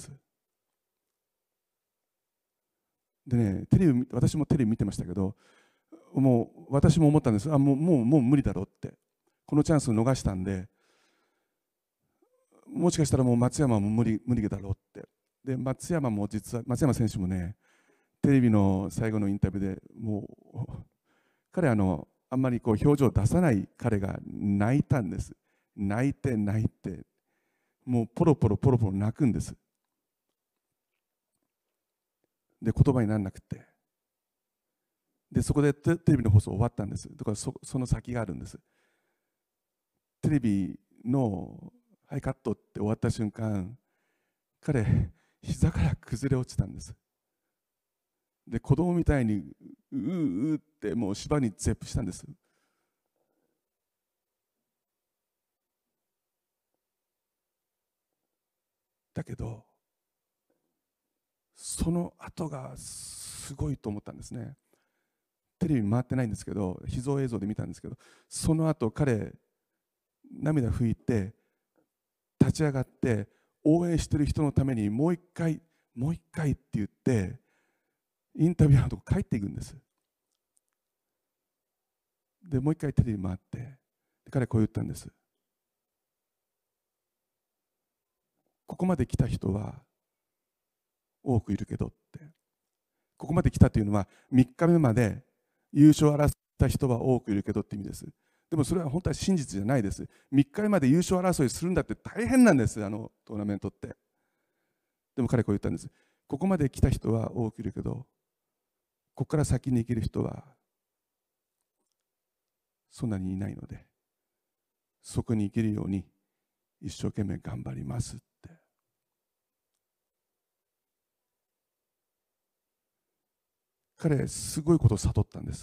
でね、テレビ、私もテレビ見てましたけど、もう私も思ったんです。あ、もうもうもう無理だろうって、このチャンスを逃したんで、もしかしたらもう松山も無理無理だろうって。で松山も実は松山選手もね、テレビの最後のインタビューでもう彼あのあんまりこう表情を出さない彼が泣いたんです。泣いて泣いて、もうポロポロポロポロ泣くんです。で言葉にならなくて、でそこでテレビの放送終わったんです。だから そ, その先があるんです。テレビの「はいカット」って終わった瞬間、彼膝から崩れ落ちたんです。で子供みたいにうううってもう芝に絶句したんです。だけどその後がすごいと思ったんですね。テレビ回ってないんですけど、秘蔵映像で見たんですけど、その後彼涙拭いて立ち上がって応援してる人のためにもう一回もう一回って言ってインタビュアーのとこ帰っていくんです。 でもう一回テレビ回って、彼はこう言ったんです。ここまで来た人は多くいるけどって。ここまで来たというのはみっかめまで優勝を争った人は多くいるけどって意味です。でもそれは本当は真実じゃないです。みっかめまで優勝争いするんだって大変なんです、あのトーナメントって。でも彼はこう言ったんです。ここまで来た人は多くいるけど、ここから先に行ける人はそんなにいないので、そこに行けるように一生懸命頑張りますって。彼、すごいことを悟ったんです。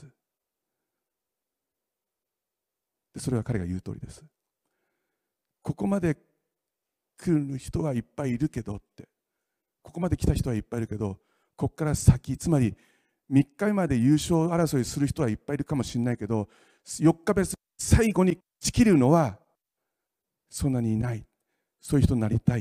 でそれは彼が言う通りです。ここまで来る人はいっぱいいるけどって、ここまで来た人はいっぱいいるけど、ここから先、つまりみっかめまで優勝争いする人はいっぱいいるかもしれないけど、よっかめ最後に勝ち切るのはそんなにいない。そういう人になりたいって。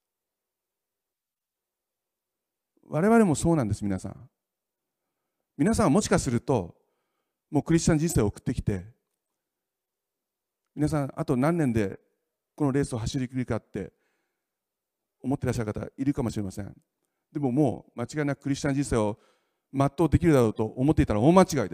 我々もそうなんです。皆さん皆さんはもしかするともうクリスチャン人生を送ってきて、皆さんあと何年でこのレースを走り切るかって思っていらっしゃる方いるかもしれません。でももう間違いなくクリスチャン人生を全うできるだろうと思っていたら大間違いです。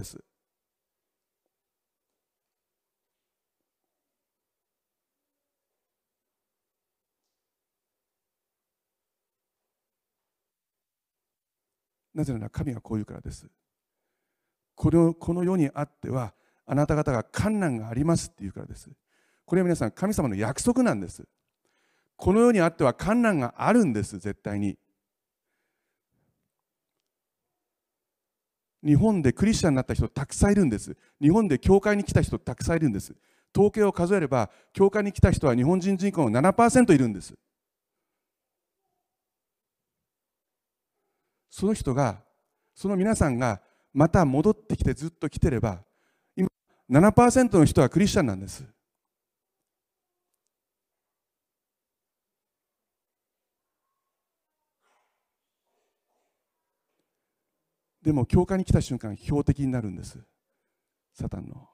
なぜなら神はこう言うからです。この、この世にあってはあなた方が困難がありますっていうからです。これは皆さん神様の約束なんです。この世にあっては困難があるんです。絶対に。日本でクリスチャンになった人たくさんいるんです。日本で教会に来た人たくさんいるんです。統計を数えれば教会に来た人は日本人人口の ななパーセント いるんです。その人が、その皆さんがまた戻ってきてずっと来てれば、今 ななパーセント の人はクリスチャンなんです。でも教会に来た瞬間標的になるんです。サタンの。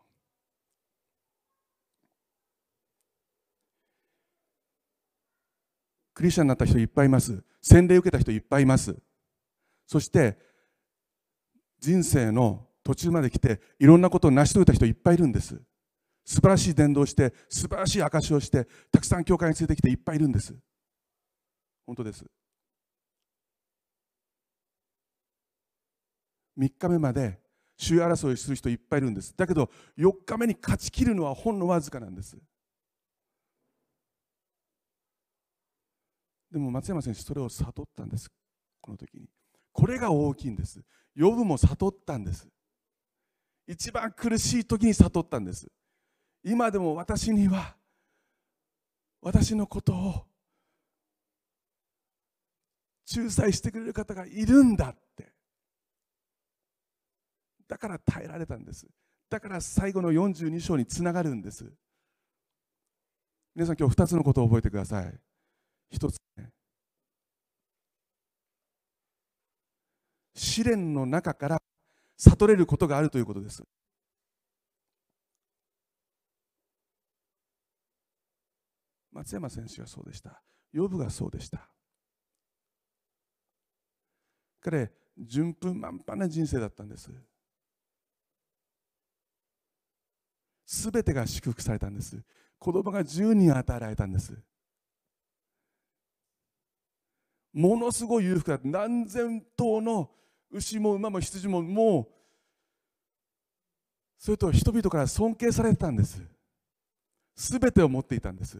クリスチャンになった人いっぱいいます。洗礼受けた人いっぱいいます。そして人生の途中まで来ていろんなことを成し遂げた人いっぱいいるんです。素晴らしい伝道をして素晴らしい証しをしてたくさん教会に連れてきていっぱいいるんです。本当です。みっかめまで首位争いする人いっぱいいるんです。だけどよっかめに勝ち切るのはほんのわずかなんです。でも松山選手それを悟ったんです。この時にこれが大きいんです。ヨブも悟ったんです。一番苦しい時に悟ったんです。今でも私には私のことを仲裁してくれる方がいるんだって。だから耐えられたんです。だから最後のよんじゅうに章につながるんです。皆さん今日ふたつのことを覚えてください。ひとつね、試練の中から悟れることがあるということです。松山選手がそうでした。ヨブがそうでした。彼、順風満帆な人生だったんです。すべてが祝福されたんです。子供がじゅうにん与えられたんです。ものすごい裕福だった。何千頭の牛も馬も羊ももうそれと人々から尊敬されてたんです。すべてを持っていたんです。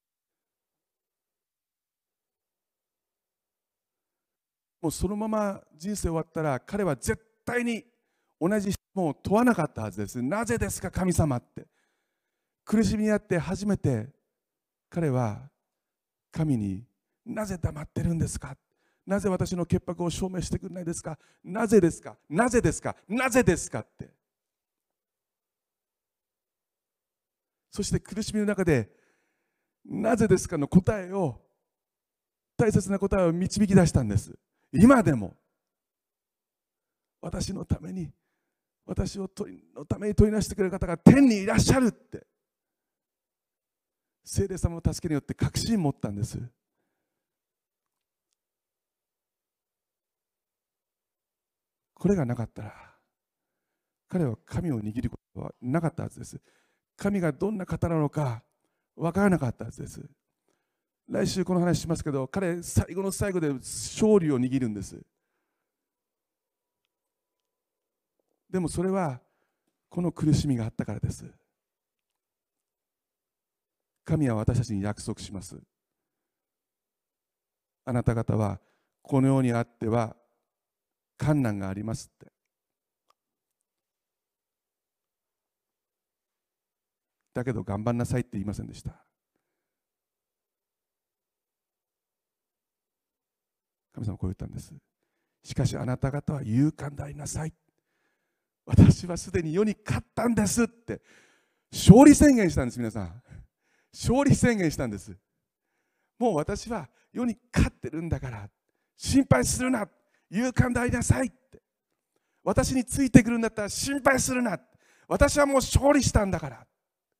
もうそのまま人生終わったら彼は絶対に同じ質問を問わなかったはずです。なぜですか神様って。苦しみにあって初めて彼は神になぜ黙ってるんですか、なぜ私の潔白を証明してくれないですか、なぜですか、なぜですか、なぜですかって。そして苦しみの中でなぜですかの答えを、大切な答えを導き出したんです。今でも私のために私を取りのために取りなしてくれる方が天にいらっしゃるって、聖霊様の助けによって確信を持ったんです。これがなかったら彼は神を握ることはなかったはずです。神がどんな方なのか分からなかったはずです。来週この話しますけど、彼最後の最後で勝利を握るんです。でもそれはこの苦しみがあったからです。神は私たちに約束します。あなた方はこの世にあっては困難がありますって。だけど頑張んなさいって言いませんでした。神様はこう言ったんです。しかしあなた方は勇敢でありなさい。私はすでに世に勝ったんですって勝利宣言したんです。皆さん、勝利宣言したんです。もう私は世に勝ってるんだから心配するな、勇敢でありなさいって。私についてくるんだったら心配するな、私はもう勝利したんだから。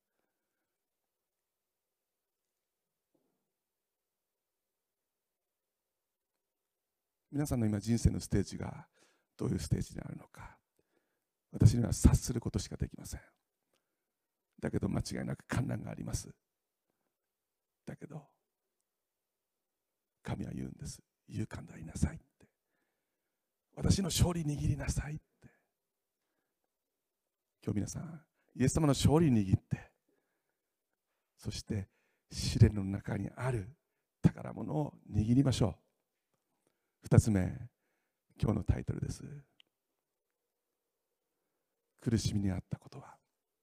皆さんの今人生のステージがどういうステージにあるのか、私には察することしかできません。だけど間違いなく困難があります。だけど神は言うんです。勇敢でありなさいって。私の勝利握りなさいって。今日皆さん、イエス様の勝利握って、そして試練の中にある宝物を握りましょう。二つ目、今日のタイトルです。苦しみにあったことは、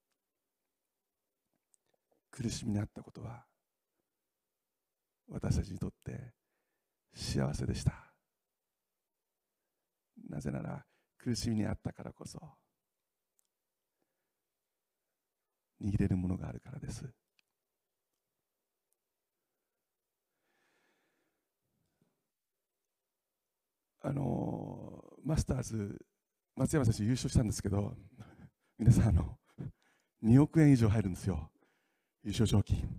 苦しみにあったことは私たちにとって幸せでした。なぜなら苦しみにあったからこそ握れるものがあるからです。あのマスターズ松山選手優勝したんですけど、皆さんあのにおくえん以上入るんですよ、優勝賞金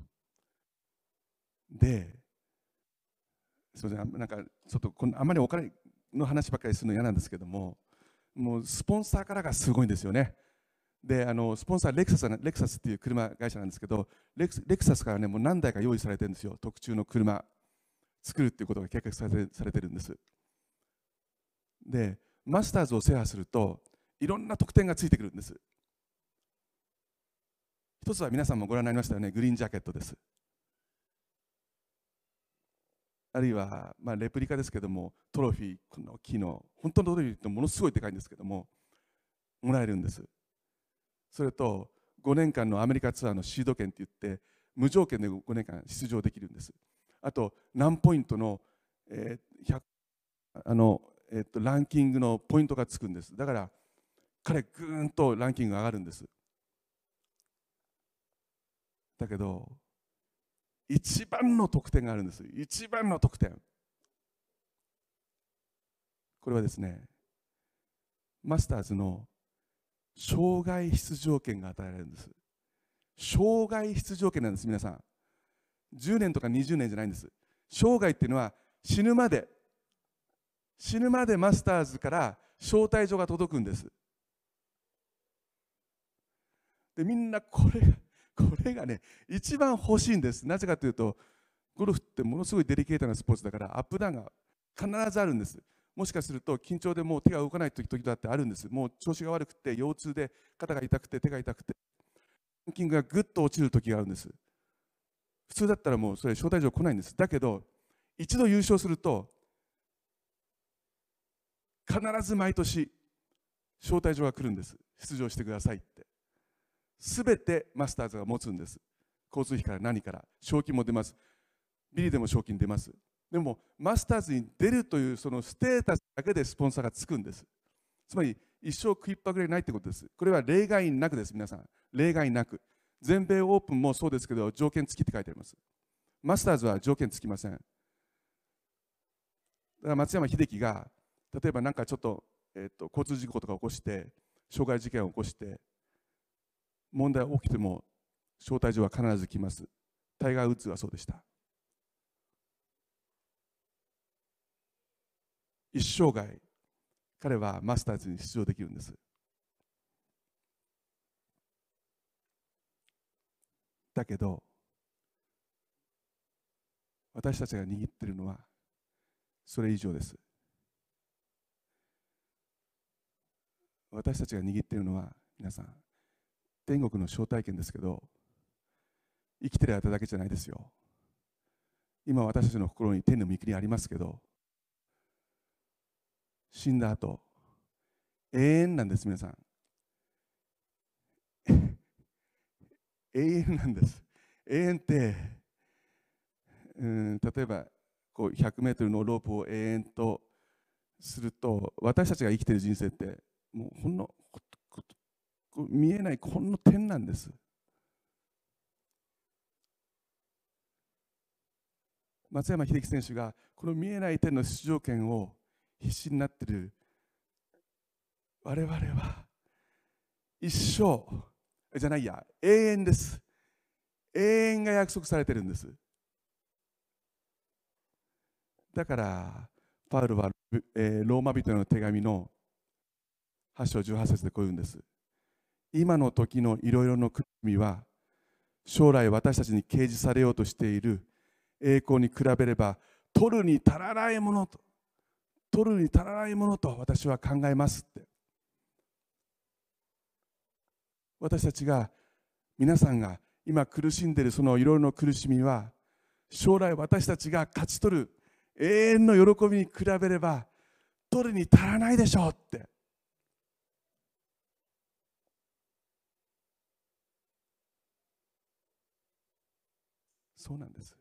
で。すみません、なんかちょっとこのあんまりお金の話ばっかりするの嫌なんですけども、もうスポンサーからがすごいんですよね。で、あのスポンサーレクサス、レクサスっていう車会社なんですけど、レクレクサスからね、もう何台か用意されてるんですよ。特注の車作るっていうことが計画されてされてるんです。で、マスターズを制覇するといろんな特典がついてくるんです。一つは皆さんもご覧になりましたよね、グリーンジャケットです。あるいは、まあ、レプリカですけども、トロフィー、この木の本当のトロフィーってものすごいでかいんですけども、もらえるんです。それとごねんかんのアメリカツアーのシード権っていって無条件でごねんかん出場できるんです。あと何ポイントの、えー、ひゃくあの、えー、とランキングのポイントがつくんです。だから彼ぐーんとランキングが上がるんです。だけど一番の得点があるんです。一番の得点、これはですね、マスターズの生涯出場権が与えられるんです。生涯出場権なんです。皆さん、じゅうねんとかにじゅうねんじゃないんです。生涯っていうのは死ぬまで死ぬまでマスターズから招待状が届くんです。でみんなこれがこれがね一番欲しいんです。なぜかというと、ゴルフってものすごいデリケートなスポーツだからアップダウンが必ずあるんです。もしかすると緊張でもう手が動かない時々だってあるんです。もう調子が悪くて腰痛で肩が痛くて手が痛くてランキングがぐっと落ちる時があるんです。普通だったらもうそれ招待状来ないんです。だけど一度優勝すると必ず毎年招待状が来るんです。出場してくださいって。すべてマスターズが持つんです。交通費から何から賞金も出ます。ビリでも賞金出ます。でもマスターズに出るというそのステータスだけでスポンサーがつくんです。つまり一生食いっぱぐれないってことです。これは例外なくです。皆さん、例外なく。全米オープンもそうですけど条件付きって書いてあります。マスターズは条件付きません。だから松山英樹が例えばなんかちょっと、えー、と交通事故とか起こして傷害事件を起こして問題が起きても招待状は必ず来ます。タイガー・ウッズはそうでした。一生涯彼はマスターズに出場できるんです。だけど私たちが握っているのはそれ以上です。私たちが握っているのは皆さん天国の招待券ですけど、生きてる間だけじゃないですよ。今私たちの心に天の御国ありますけど、死んだ後永遠なんです。皆さん永遠なんです。永遠って、うん、例えばこうひゃくメートルのロープを永遠とすると、私たちが生きている人生ってもうほんの見えないこの点なんです。松山英樹選手がこの見えない点の出場権を必死になっている我々は一生じゃないや永遠です。永遠が約束されているんです。だからパウロは、えー、ローマ人への手紙のはち章じゅうはち節でこう言うんです。今の時のいろいろな苦しみは将来私たちに掲示されようとしている栄光に比べれば取るに足らないものと取るに足らないものと私は考えますって。私たちが皆さんが今苦しんでいるそのいろいろな苦しみは将来私たちが勝ち取る永遠の喜びに比べれば取るに足らないでしょうって。そうなんです。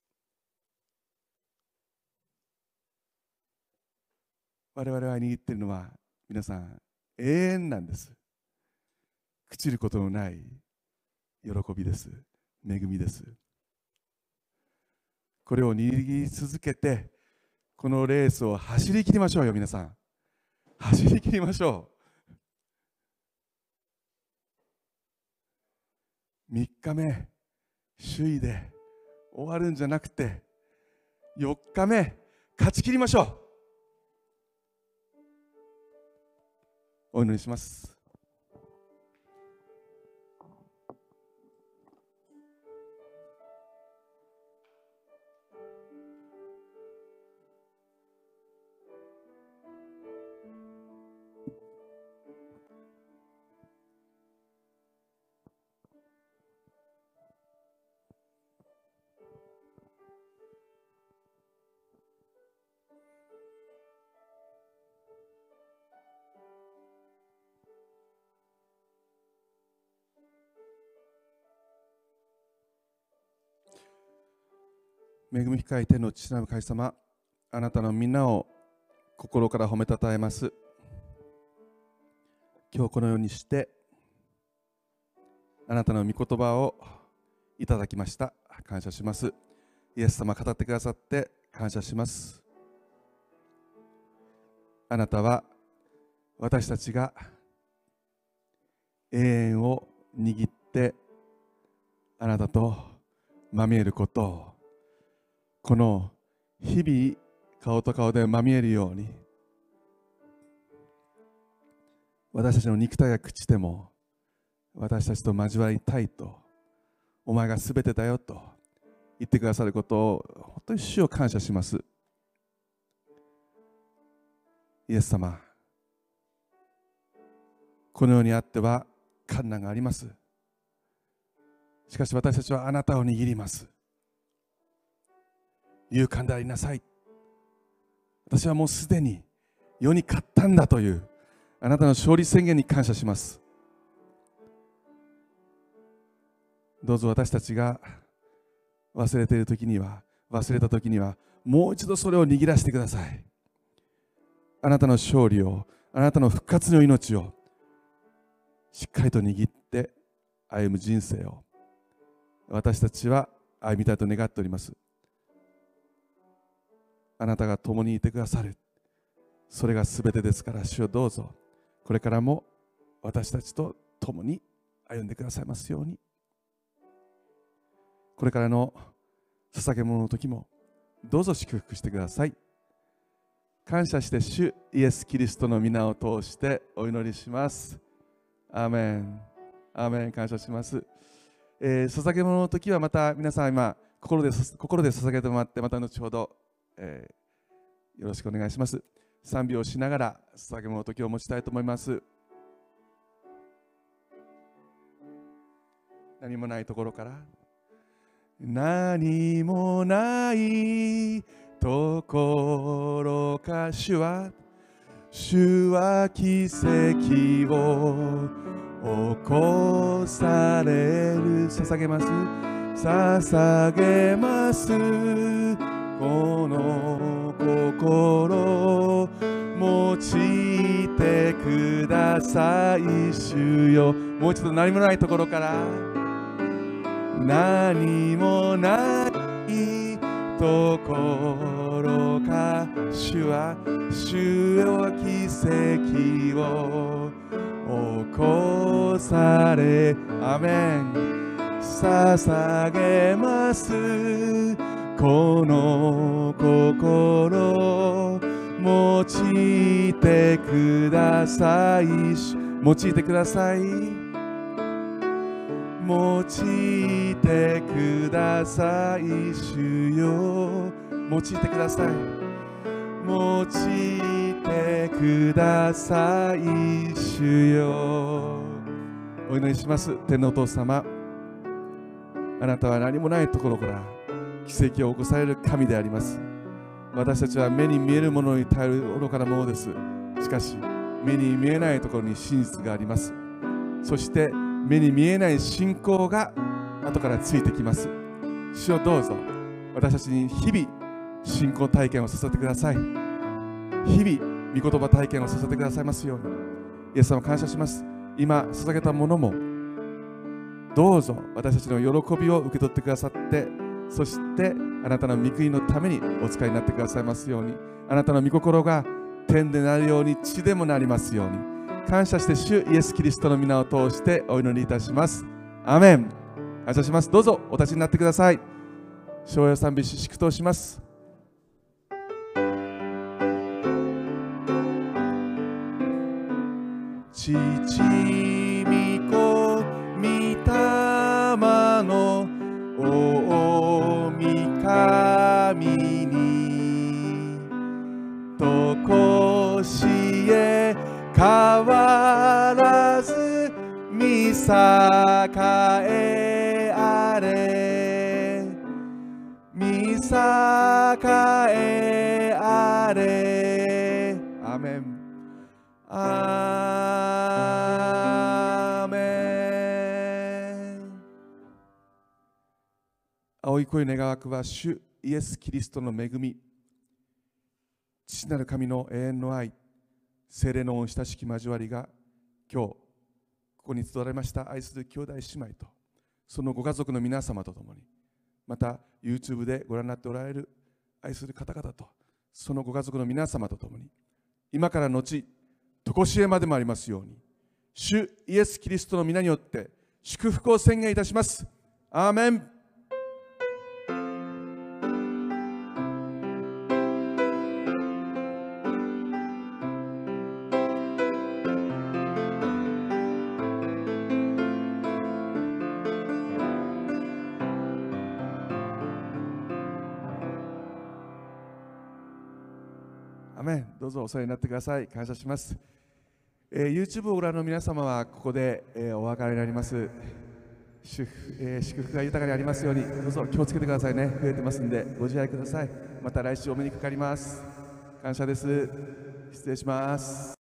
我々が握っているのは皆さん永遠なんです。朽ちることのない喜びです。恵みです。これを握り続けてこのレースを走り切りましょうよ。皆さん走り切りましょう。みっかめ首位で終わるんじゃなくてよっかめ勝ち切りましょう。お祈りします。恵み深い天の父なる神様、あなたのみんなを心から褒めたたえます。今日このようにしてあなたの御言葉をいただきました。感謝します。イエス様語ってくださって感謝します。あなたは私たちが永遠を握ってあなたとまみえることを、この日々顔と顔でまみえるように、私たちの肉体が朽ちても私たちと交わりたいと、お前がすべてだよと言ってくださることを本当に主を感謝します。イエス様、この世にあっては困難があります。しかし私たちはあなたを握ります。勇敢でありなさい。私はもうすでに世に勝ったんだというあなたの勝利宣言に感謝します。どうぞ私たちが忘れている時には、忘れた時にはもう一度それを握らせてください。あなたの勝利を、あなたの復活の命をしっかりと握って歩む人生を私たちは歩みたいと願っております。あなたが共にいてくださる、それがすべてですから、主よどうぞこれからも私たちと共に歩んでくださいますように。これからの捧げ物の時もどうぞ祝福してください。感謝して主イエス・キリストの皆を通してお祈りします。アーメン。アーメン。感謝します。えー、捧げ物の時はまた皆さん今心で心で捧げてもらって、また後ほど、えー、よろしくお願いします。賛美をしながら捧げ物の時を持ちたいと思います。何もないところから、何もないところか主は主は奇跡を起こされる。捧げます捧げますこの心用いてください主よ。もう一度何もないところから、何もないところか主は主よ奇跡を起こされ。アメン。捧げますこの心用いてください。用いてください。用いてください主よ。用いてください。用いてください主よ。お祈りします。天のお父様、あなたは何もないところから奇跡を起こされる神であります。私たちは目に見えるものに頼る愚かなものです。しかし目に見えないところに真実があります。そして目に見えない信仰が後からついてきます。主よ、どうぞ私たちに日々信仰体験をさせてください。日々御言葉体験をさせてくださいますように。イエス様感謝します。今捧げたものもどうぞ私たちの喜びを受け取ってくださって、そしてあなたの御国のためにお使いになってくださいますように。あなたの御心が天でなるように地でもなりますように。感謝して主イエス・キリストの皆を通してお祈りいたします。アーメン。感謝します。どうぞお立ちになってください。頌詠賛美詩祝祷します。父御子御霊の大神にとこしえ変わらず見栄えあれ見栄えあれ。アーメン。アーメン。青い声願わくは主イエス・キリストの恵み、父なる神の永遠の愛、聖霊の親しき交わりが今日ここに集われました愛する兄弟姉妹とそのご家族の皆様と共に、また YouTube でご覧になっておられる愛する方々とそのご家族の皆様と共に、今から後とこしえまでもありますように、主イエス・キリストの皆によって祝福を宣言いたします。アーメン。アメン。どうぞお世話になってください。感謝します。えー、YouTube をご覧の皆様はここで、えー、お別れになります。祝福、えー、祝福が豊かにありますように、どうぞ気をつけてくださいね。増えてますんでご自愛ください。また来週お目にかかります。感謝です。失礼します。